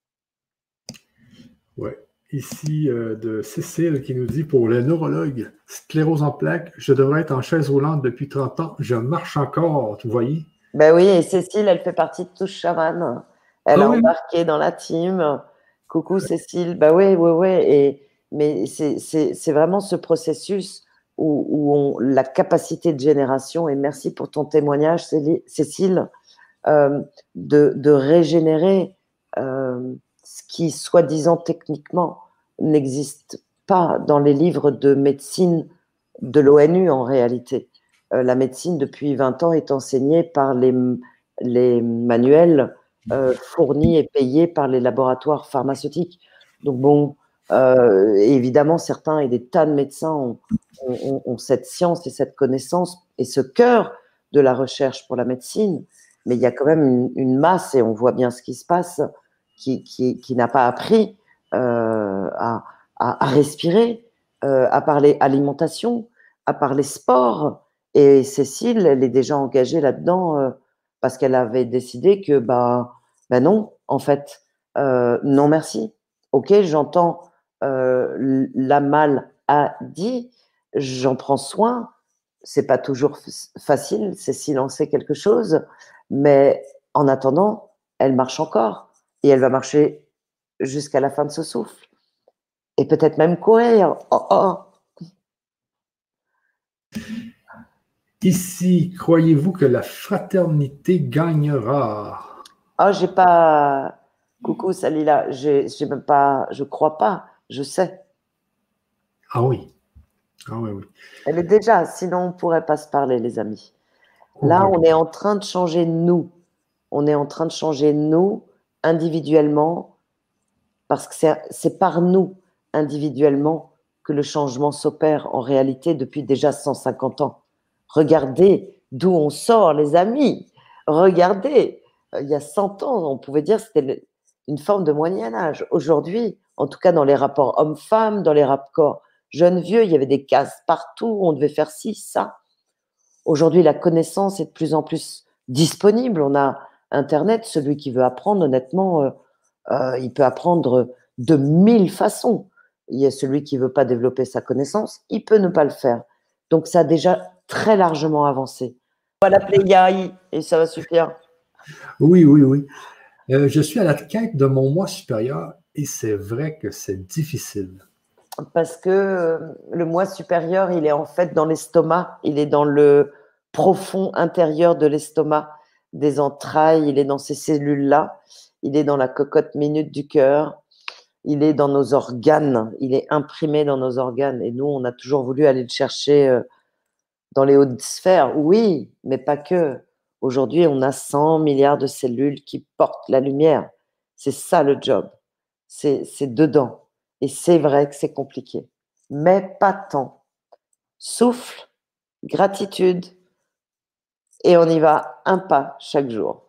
Ouais. Ici, euh, de Cécile qui nous dit, pour le neurologue, sclérose en plaques, je devrais être en chaise roulante depuis trente ans, je marche encore, vous voyez?
Ben oui, et Cécile, elle fait partie de Touche Chaman. Elle
Ah
a
oui,
embarqué dans la team. Coucou Cécile. Ben oui, oui, oui. Et, mais c'est vraiment ce processus où, où on, la capacité de génération, et merci pour ton témoignage, Cécile, euh, de, de régénérer euh, ce qui, soi-disant techniquement, n'existe pas dans les livres de médecine de l'ONU en réalité. Euh, la médecine, depuis vingt ans, est enseignée par les, les manuels euh, fournis et payés par les laboratoires pharmaceutiques. Donc bon, euh, évidemment, certains et des tas de médecins ont, ont, ont cette science et cette connaissance et ce cœur de la recherche pour la médecine, mais il y a quand même une, une masse, et on voit bien ce qui se passe, qui, qui, qui n'a pas appris euh, à, à, à respirer, euh, à parler alimentation, à parler sport. Et Cécile, elle est déjà engagée là-dedans euh, parce qu'elle avait décidé que, bah, bah non, en fait, euh, non merci. Ok, j'entends euh, la mal a dit, j'en prends soin. C'est pas toujours facile, Cécile en sait quelque chose, mais en attendant, elle marche encore et elle va marcher jusqu'à la fin de ce souffle et peut-être même courir. Oh, oh.
Ici, croyez-vous que la fraternité gagnera?
Oh, j'ai pas. Coucou, Salila. J'ai même pas. Je crois pas. Je sais.
Ah oui. Ah oui, oui.
Elle est déjà. Sinon, on pourrait pas se parler, les amis. Là, on est en train de changer nous. On est en train de changer nous individuellement parce que c'est par nous individuellement que le changement s'opère en réalité depuis déjà cent cinquante ans. Regardez d'où on sort, les amis. Regardez. Il y a cent ans, on pouvait dire que c'était une forme de Moyen-Âge. Aujourd'hui, en tout cas dans les rapports hommes-femmes, dans les rapports jeunes-vieux, il y avait des cases partout, on devait faire ci, ça. Aujourd'hui, la connaissance est de plus en plus disponible. On a Internet, celui qui veut apprendre, honnêtement, euh, euh, il peut apprendre de mille façons. Il y a celui qui ne veut pas développer sa connaissance, il peut ne pas le faire. Donc, ça a déjà très largement avancé. On va l'appeler Yahi et ça va suffire.
Oui, oui, oui. Euh, je suis à la quête de mon moi supérieur et c'est vrai que c'est difficile.
Parce que euh, le moi supérieur, il est en fait dans l'estomac, il est dans le profond intérieur de l'estomac, des entrailles, il est dans ces cellules-là, il est dans la cocotte minute du cœur, il est dans nos organes, il est imprimé dans nos organes. Et nous, on a toujours voulu aller le chercher euh, dans les hautes sphères, oui, mais pas que. Aujourd'hui, on a cent milliards de cellules qui portent la lumière. C'est ça le job. C'est dedans. Et c'est vrai que c'est compliqué. Mais pas tant. Souffle, gratitude, et on y va un pas chaque jour.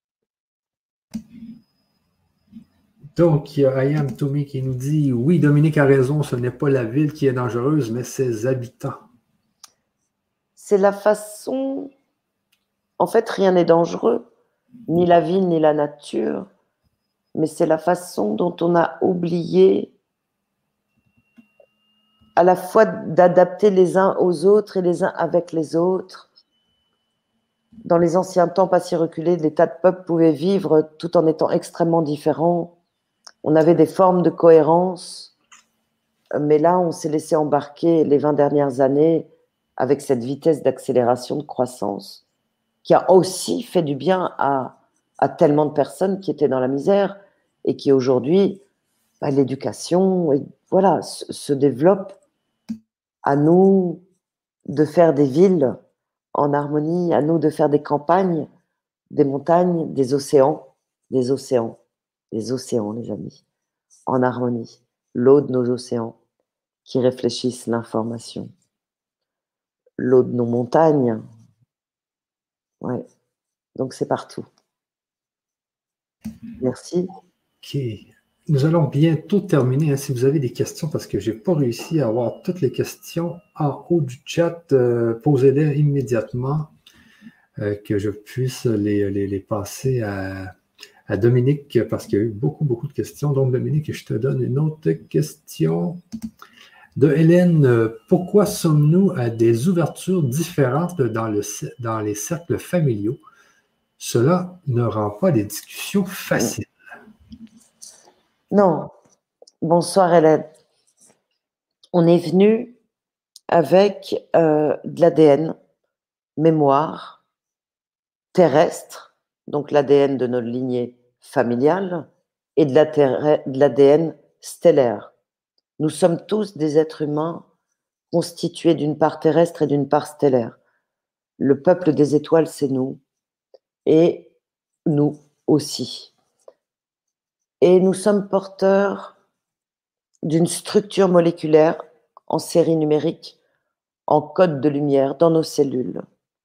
Donc, il y a I Am To Me qui nous dit « Oui, Dominique a raison, ce n'est pas la ville qui est dangereuse, mais ses habitants. »
C'est la façon... En fait, rien n'est dangereux, ni la ville, ni la nature, mais c'est la façon dont on a oublié à la fois d'adapter les uns aux autres et les uns avec les autres. Dans les anciens temps pas si reculés, les tas de peuples pouvaient vivre tout en étant extrêmement différents. On avait des formes de cohérence, mais là, on s'est laissé embarquer les vingt dernières années avec cette vitesse d'accélération de croissance qui a aussi fait du bien à, à tellement de personnes qui étaient dans la misère et qui aujourd'hui, bah, l'éducation et, voilà, se, se développe. À nous de faire des villes en harmonie, à nous de faire des campagnes, des montagnes, des océans, des océans, des océans, les amis, en harmonie. L'eau de nos océans qui réfléchissent l'information. L'eau de nos montagnes. Ouais. Donc c'est partout. Merci.
OK. Nous allons bientôt terminer. Hein, si vous avez des questions, parce que je n'ai pas réussi à avoir toutes les questions en haut du chat, euh, posez-les immédiatement, euh, que je puisse les, les, les passer à, à Dominique, parce qu'il y a eu beaucoup, beaucoup de questions. Donc, Dominique, je te donne une autre question de Hélène. Pourquoi sommes-nous à des ouvertures différentes dans, le, dans les cercles familiaux? Cela ne rend pas les discussions faciles.
Non. Bonsoir Hélène. On est venu avec euh, de l'A D N, mémoire, terrestre, donc l'A D N de notre lignée familiale, et de l'A D N stellaire. Nous sommes tous des êtres humains constitués d'une part terrestre et d'une part stellaire. Le peuple des étoiles, c'est nous, et nous aussi. Et nous sommes porteurs d'une structure moléculaire en série numérique, en code de lumière dans nos cellules,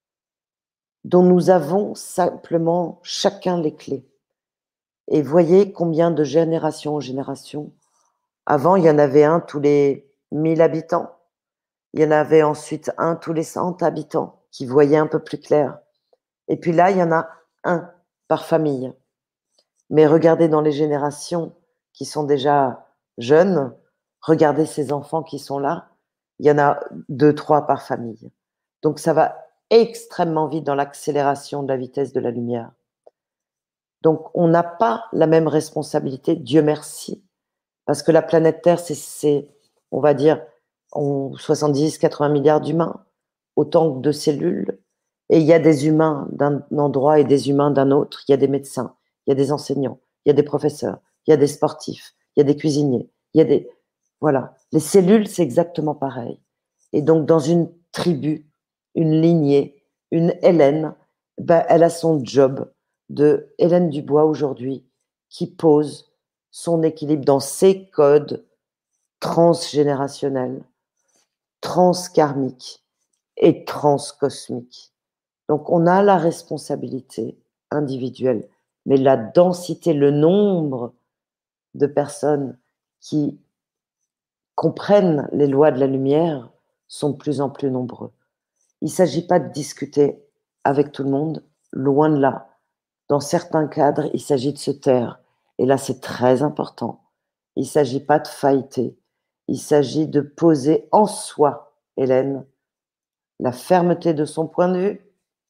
dont nous avons simplement chacun les clés. Et voyez combien de génération en génération, avant il y en avait un tous les mille habitants, il y en avait ensuite un tous les cent habitants qui voyaient un peu plus clair. Et puis là, il y en a un par famille. Mais regardez dans les générations qui sont déjà jeunes, regardez ces enfants qui sont là, il y en a deux, trois par famille. Donc ça va extrêmement vite dans l'accélération de la vitesse de la lumière. Donc on n'a pas la même responsabilité, Dieu merci, parce que la planète Terre, c'est, on va dire, soixante-dix à quatre-vingts milliards d'humains, autant que de cellules, et il y a des humains d'un endroit et des humains d'un autre, il y a des médecins, il y a des enseignants, il y a des professeurs, il y a des sportifs, il y a des cuisiniers, il y a des... Voilà. Les cellules, c'est exactement pareil. Et donc, dans une tribu, une lignée, une Hélène, ben, elle a son job de Hélène Dubois aujourd'hui qui pose son équilibre dans ses codes transgénérationnels, transkarmiques et transcosmiques. Donc, on a la responsabilité individuelle, mais la densité, le nombre de personnes qui comprennent les lois de la lumière sont de plus en plus nombreux. Il ne s'agit pas de discuter avec tout le monde, loin de là. Dans certains cadres, il s'agit de se taire. Et là, c'est très important. Il ne s'agit pas de fighter. Il s'agit de poser en soi, Hélène, la fermeté de son point de vue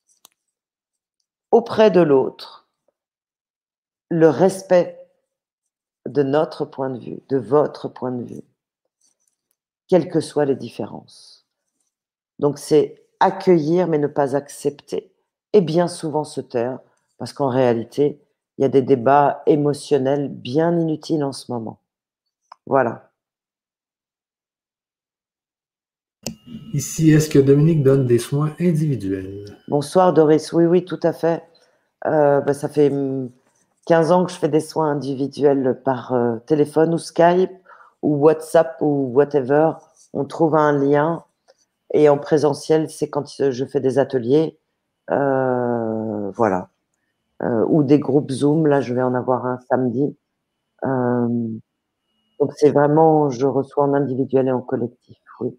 auprès de l'autre, le respect de notre point de vue, de votre point de vue, quelles que soient les différences. Donc, c'est accueillir mais ne pas accepter et bien souvent se taire parce qu'en réalité, il y a des débats émotionnels bien inutiles en ce moment. Voilà.
Ici, est-ce que Dominique donne des soins individuels?
Bonsoir Doris, oui, oui, tout à fait. Euh, bah, ça fait quinze ans que je fais des soins individuels par euh, téléphone ou Skype ou WhatsApp ou whatever. On trouve un lien. Et en présentiel, c'est quand je fais des ateliers. Euh, voilà. Euh, ou des groupes Zoom. Là, je vais en avoir un samedi. Euh, donc, c'est vraiment, je reçois en individuel et en collectif. Oui.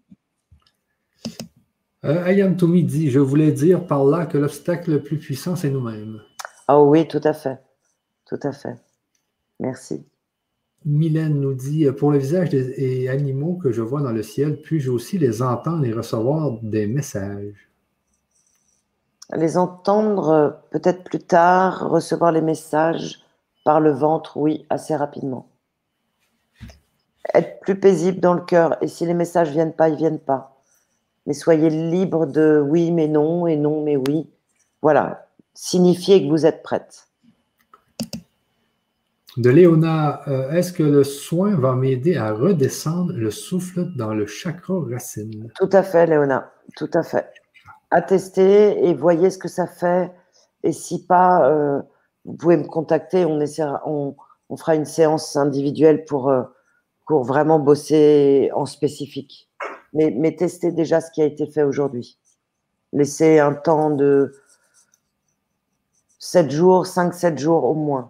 Euh, Ayam Toumi dit, je voulais dire par là que l'obstacle le plus puissant, c'est nous-mêmes.
Ah oui, tout à fait. Tout à fait. Merci.
Mylène nous dit, pour le visage des et animaux que je vois dans le ciel, puis-je aussi les entendre et recevoir des messages?
Les entendre euh, peut-être plus tard, recevoir les messages par le ventre, oui, assez rapidement. Être plus paisible dans le cœur, et si les messages viennent pas, ils viennent pas. Mais soyez libre de oui mais non et non mais oui. Voilà, signifiez que vous êtes prête.
De Léona, euh, est-ce que le soin va m'aider à redescendre le souffle dans le chakra racine?
Tout à fait, Léona, tout à fait. Attestez et voyez ce que ça fait. Et si pas, euh, vous pouvez me contacter, on, essaiera, on, on fera une séance individuelle pour, euh, pour vraiment bosser en spécifique. Mais, mais testez déjà ce qui a été fait aujourd'hui. Laissez un temps de sept jours, cinq sept jours au moins.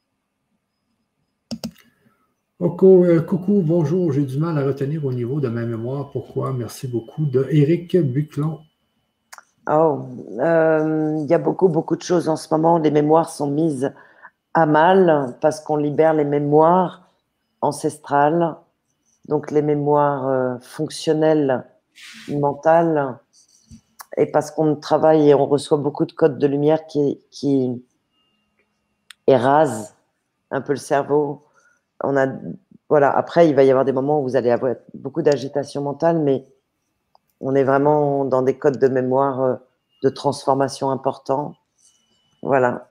Oko, euh, coucou, bonjour, j'ai du mal à retenir au niveau de ma mémoire. Pourquoi? Merci beaucoup. De Éric Buclon.
Oh, euh, il y a beaucoup, beaucoup de choses en ce moment. Les mémoires sont mises à mal parce qu'on libère les mémoires ancestrales, donc les mémoires euh, fonctionnelles, mentales, et parce qu'on travaille et on reçoit beaucoup de codes de lumière qui, qui érasent un peu le cerveau. On a, voilà. Après, il va y avoir des moments où vous allez avoir beaucoup d'agitation mentale, mais on est vraiment dans des codes de mémoire euh, de transformation importants. Voilà.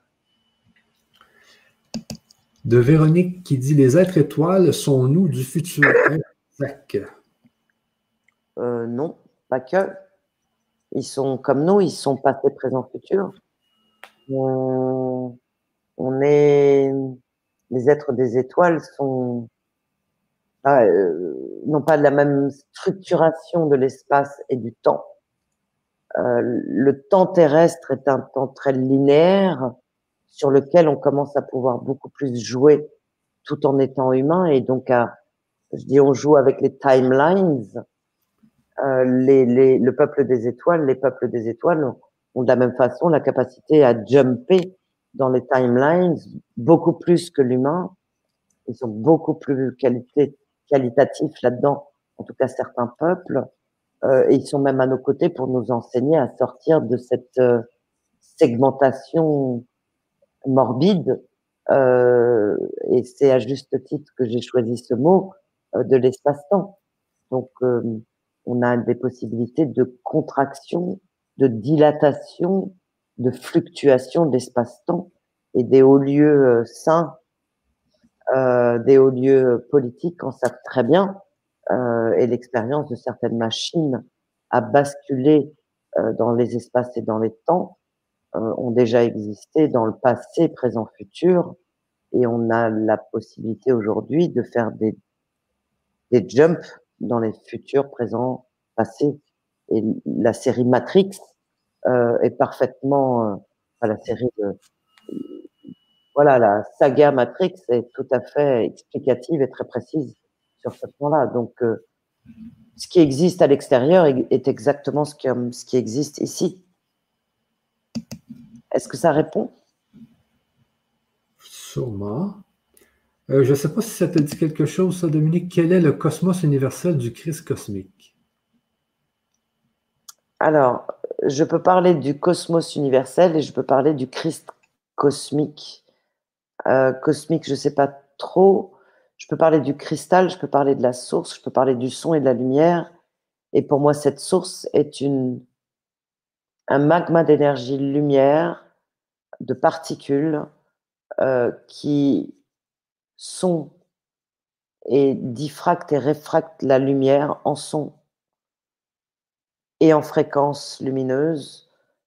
De Véronique qui dit, les êtres étoiles sont nous du futur. Exact.
Euh, non, pas que. Ils sont comme nous, ils sont passé, présent, futur. On, on est les êtres des étoiles sont ah, euh, non pas de la même structuration de l'espace et du temps. Euh, le temps terrestre est un temps très linéaire sur lequel on commence à pouvoir beaucoup plus jouer tout en étant humain et donc à, je dis on joue avec les timelines. Euh, les, les, le peuple des étoiles, les peuples des étoiles ont, ont de la même façon la capacité à jumper dans les timelines beaucoup plus que l'humain. Ils sont beaucoup plus qualité, qualitatifs là-dedans, en tout cas certains peuples. Euh, et ils sont même à nos côtés pour nous enseigner à sortir de cette euh, segmentation morbide. Euh, et c'est à juste titre que j'ai choisi ce mot euh, de l'espace-temps. Donc, euh, on a des possibilités de contraction, de dilatation, de fluctuation de l'espace-temps et des hauts lieux euh, sains, euh, des hauts lieux politiques en savent très bien. Euh, et l'expérience de certaines machines à basculer euh, dans les espaces et dans les temps euh, ont déjà existé dans le passé, présent, futur. Et on a la possibilité aujourd'hui de faire des, des jumps dans les futurs, présents, passés. Et la série Matrix euh, est parfaitement, euh, enfin, la série de, voilà, la saga Matrix est tout à fait explicative et très précise sur ce point-là. Donc, euh, ce qui existe à l'extérieur est exactement ce qui, ce qui existe ici. Est-ce que ça répond?
Sûrement. Euh, je ne sais pas si ça te dit quelque chose, ça, Dominique. Quel est le cosmos universel du Christ cosmique?
Alors, je peux parler du cosmos universel et je peux parler du Christ cosmique. Euh, cosmique, je ne sais pas trop. Je peux parler du cristal, je peux parler de la source, je peux parler du son et de la lumière. Et pour moi, cette source est une, un magma d'énergie lumière, de particules euh, qui sont et diffractent et réfractent la lumière en son et en fréquence lumineuse.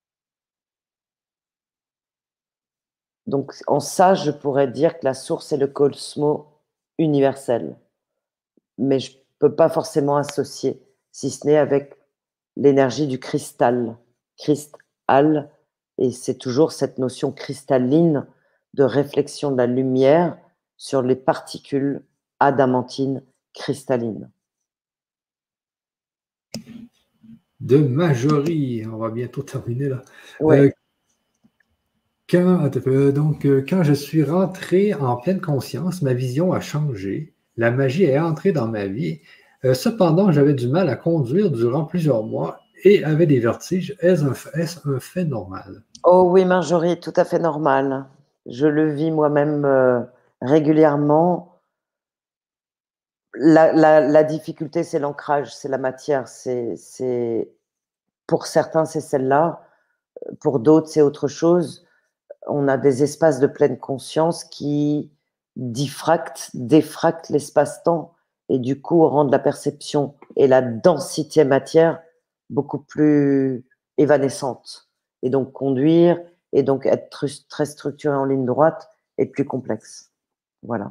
Donc, en ça, je pourrais dire que la source est le cosmos universel. Mais je ne peux pas forcément associer, si ce n'est avec l'énergie du cristal. Cristal, et c'est toujours cette notion cristalline de réflexion de la lumière sur les particules adamantines cristallines.
De Majorie, on va bientôt terminer là.
Ouais.
Euh, Quand, euh, donc, euh, quand je suis rentré en pleine conscience, ma vision a changé. La magie est entrée dans ma vie. Euh, cependant, j'avais du mal à conduire durant plusieurs mois et avait des vertiges. Est-ce un, est-ce un fait normal?
Oh oui, Marjorie, tout à fait normal. Je le vis moi-même euh, régulièrement. La, la, la difficulté, c'est l'ancrage, c'est la matière. C'est, c'est, pour certains, c'est celle-là. Pour d'autres, c'est autre chose. On a des espaces de pleine conscience qui diffractent, défractent l'espace-temps et du coup rendent la perception et la densité matière beaucoup plus évanescente. Et donc conduire et donc être très structuré en ligne droite est plus complexe. Voilà.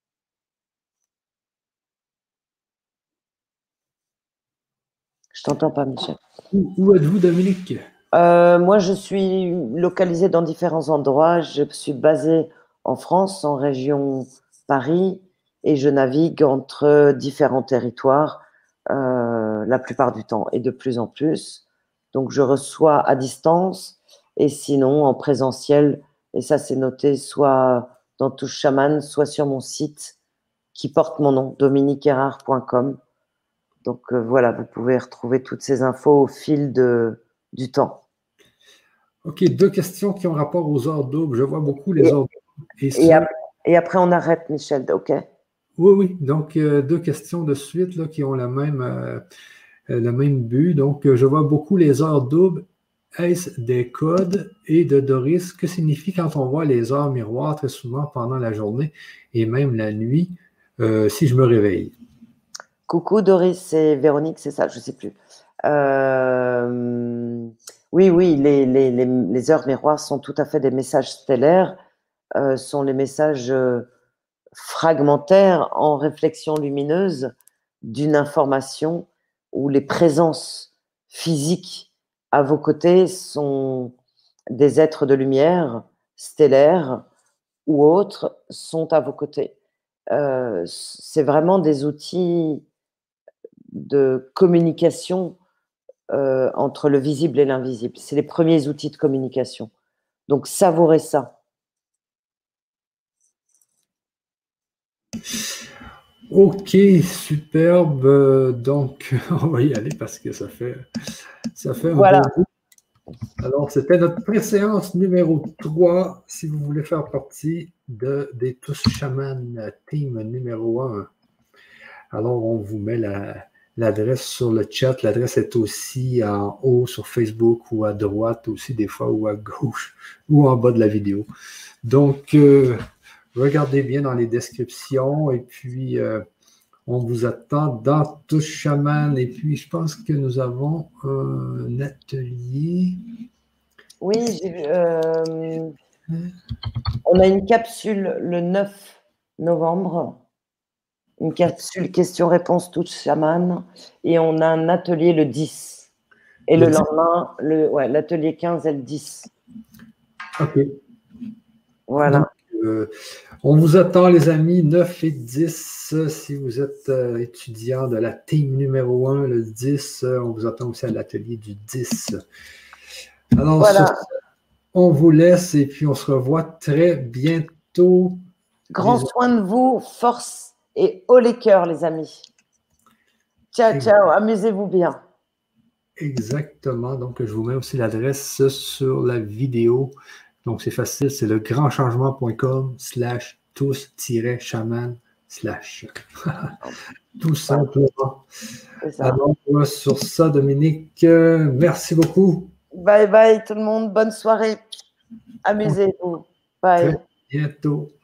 Je t'entends pas, Michel.
Où, où êtes-vous, Dominique?
Euh, moi, je suis localisée dans différents endroits. Je suis basée en France, en région Paris, et je navigue entre différents territoires euh, la plupart du temps et de plus en plus. Donc, je reçois à distance et sinon en présentiel. Et ça, c'est noté soit dans Touche Chaman, soit sur mon site qui porte mon nom, dominique erard point com. Donc euh, voilà, vous pouvez retrouver toutes ces infos au fil de, du temps.
OK, deux questions qui ont rapport aux heures doubles. Je vois beaucoup les
Et,
heures doubles. Et,
et,
ce...
après, et après, on arrête, Michel. OK.
Oui, oui. Donc, euh, deux questions de suite là, qui ont la même, euh, le même but. Donc, euh, je vois beaucoup les heures doubles. Est-ce des codes? Et de Doris, que signifie quand on voit les heures miroirs très souvent pendant la journée et même la nuit euh, si je me réveille?
Coucou Doris et Véronique, c'est ça, je ne sais plus. Euh, oui, oui, les, les, les, les heures miroirs sont tout à fait des messages stellaires, euh, sont les messages euh, fragmentaires en réflexion lumineuse d'une information où les présences physiques à vos côtés sont des êtres de lumière, stellaires ou autres, sont à vos côtés. Euh, c'est vraiment des outils de communication euh, entre le visible et l'invisible. C'est les premiers outils de communication. Donc, savourez ça.
OK, superbe. Donc, on va y aller parce que ça fait, ça fait un
voilà.
bon bout. Alors, c'était notre préséance numéro trois. Si vous voulez faire partie de, des Tous Chamans Team numéro un. Alors, on vous met la, l'adresse sur le chat. L'adresse est aussi en haut sur Facebook ou à droite aussi des fois ou à gauche ou en bas de la vidéo. Donc, euh, regardez bien dans les descriptions et puis euh, on vous attend dans Tous Chamans. Et puis, je pense que nous avons un atelier.
Oui, j'ai, euh, on a une capsule le neuf novembre, une capsule questions-réponses Touche Chaman, et on a un atelier le dix. Et le, le lendemain, le, ouais, l'atelier quinze et le dix.
OK.
Voilà.
Donc, euh, on vous attend, les amis, neuf et dix. Si vous êtes euh, étudiant de la team numéro un, le dix, euh, on vous attend aussi à l'atelier du dix. Alors,
voilà.
sur, on vous laisse et puis on se revoit très bientôt.
Grand les... soin de vous, force et haut les cœurs, les amis. Ciao, ciao, amusez-vous bien.
Exactement. Donc, je vous mets aussi l'adresse sur la vidéo. Donc, c'est facile, c'est le grandchangement point com slash tous-chaman slash. Tout simplement. Alors, sur ça, Dominique, euh, merci beaucoup.
Bye bye tout le monde, bonne soirée. Amusez-vous. Bye.
Très bientôt.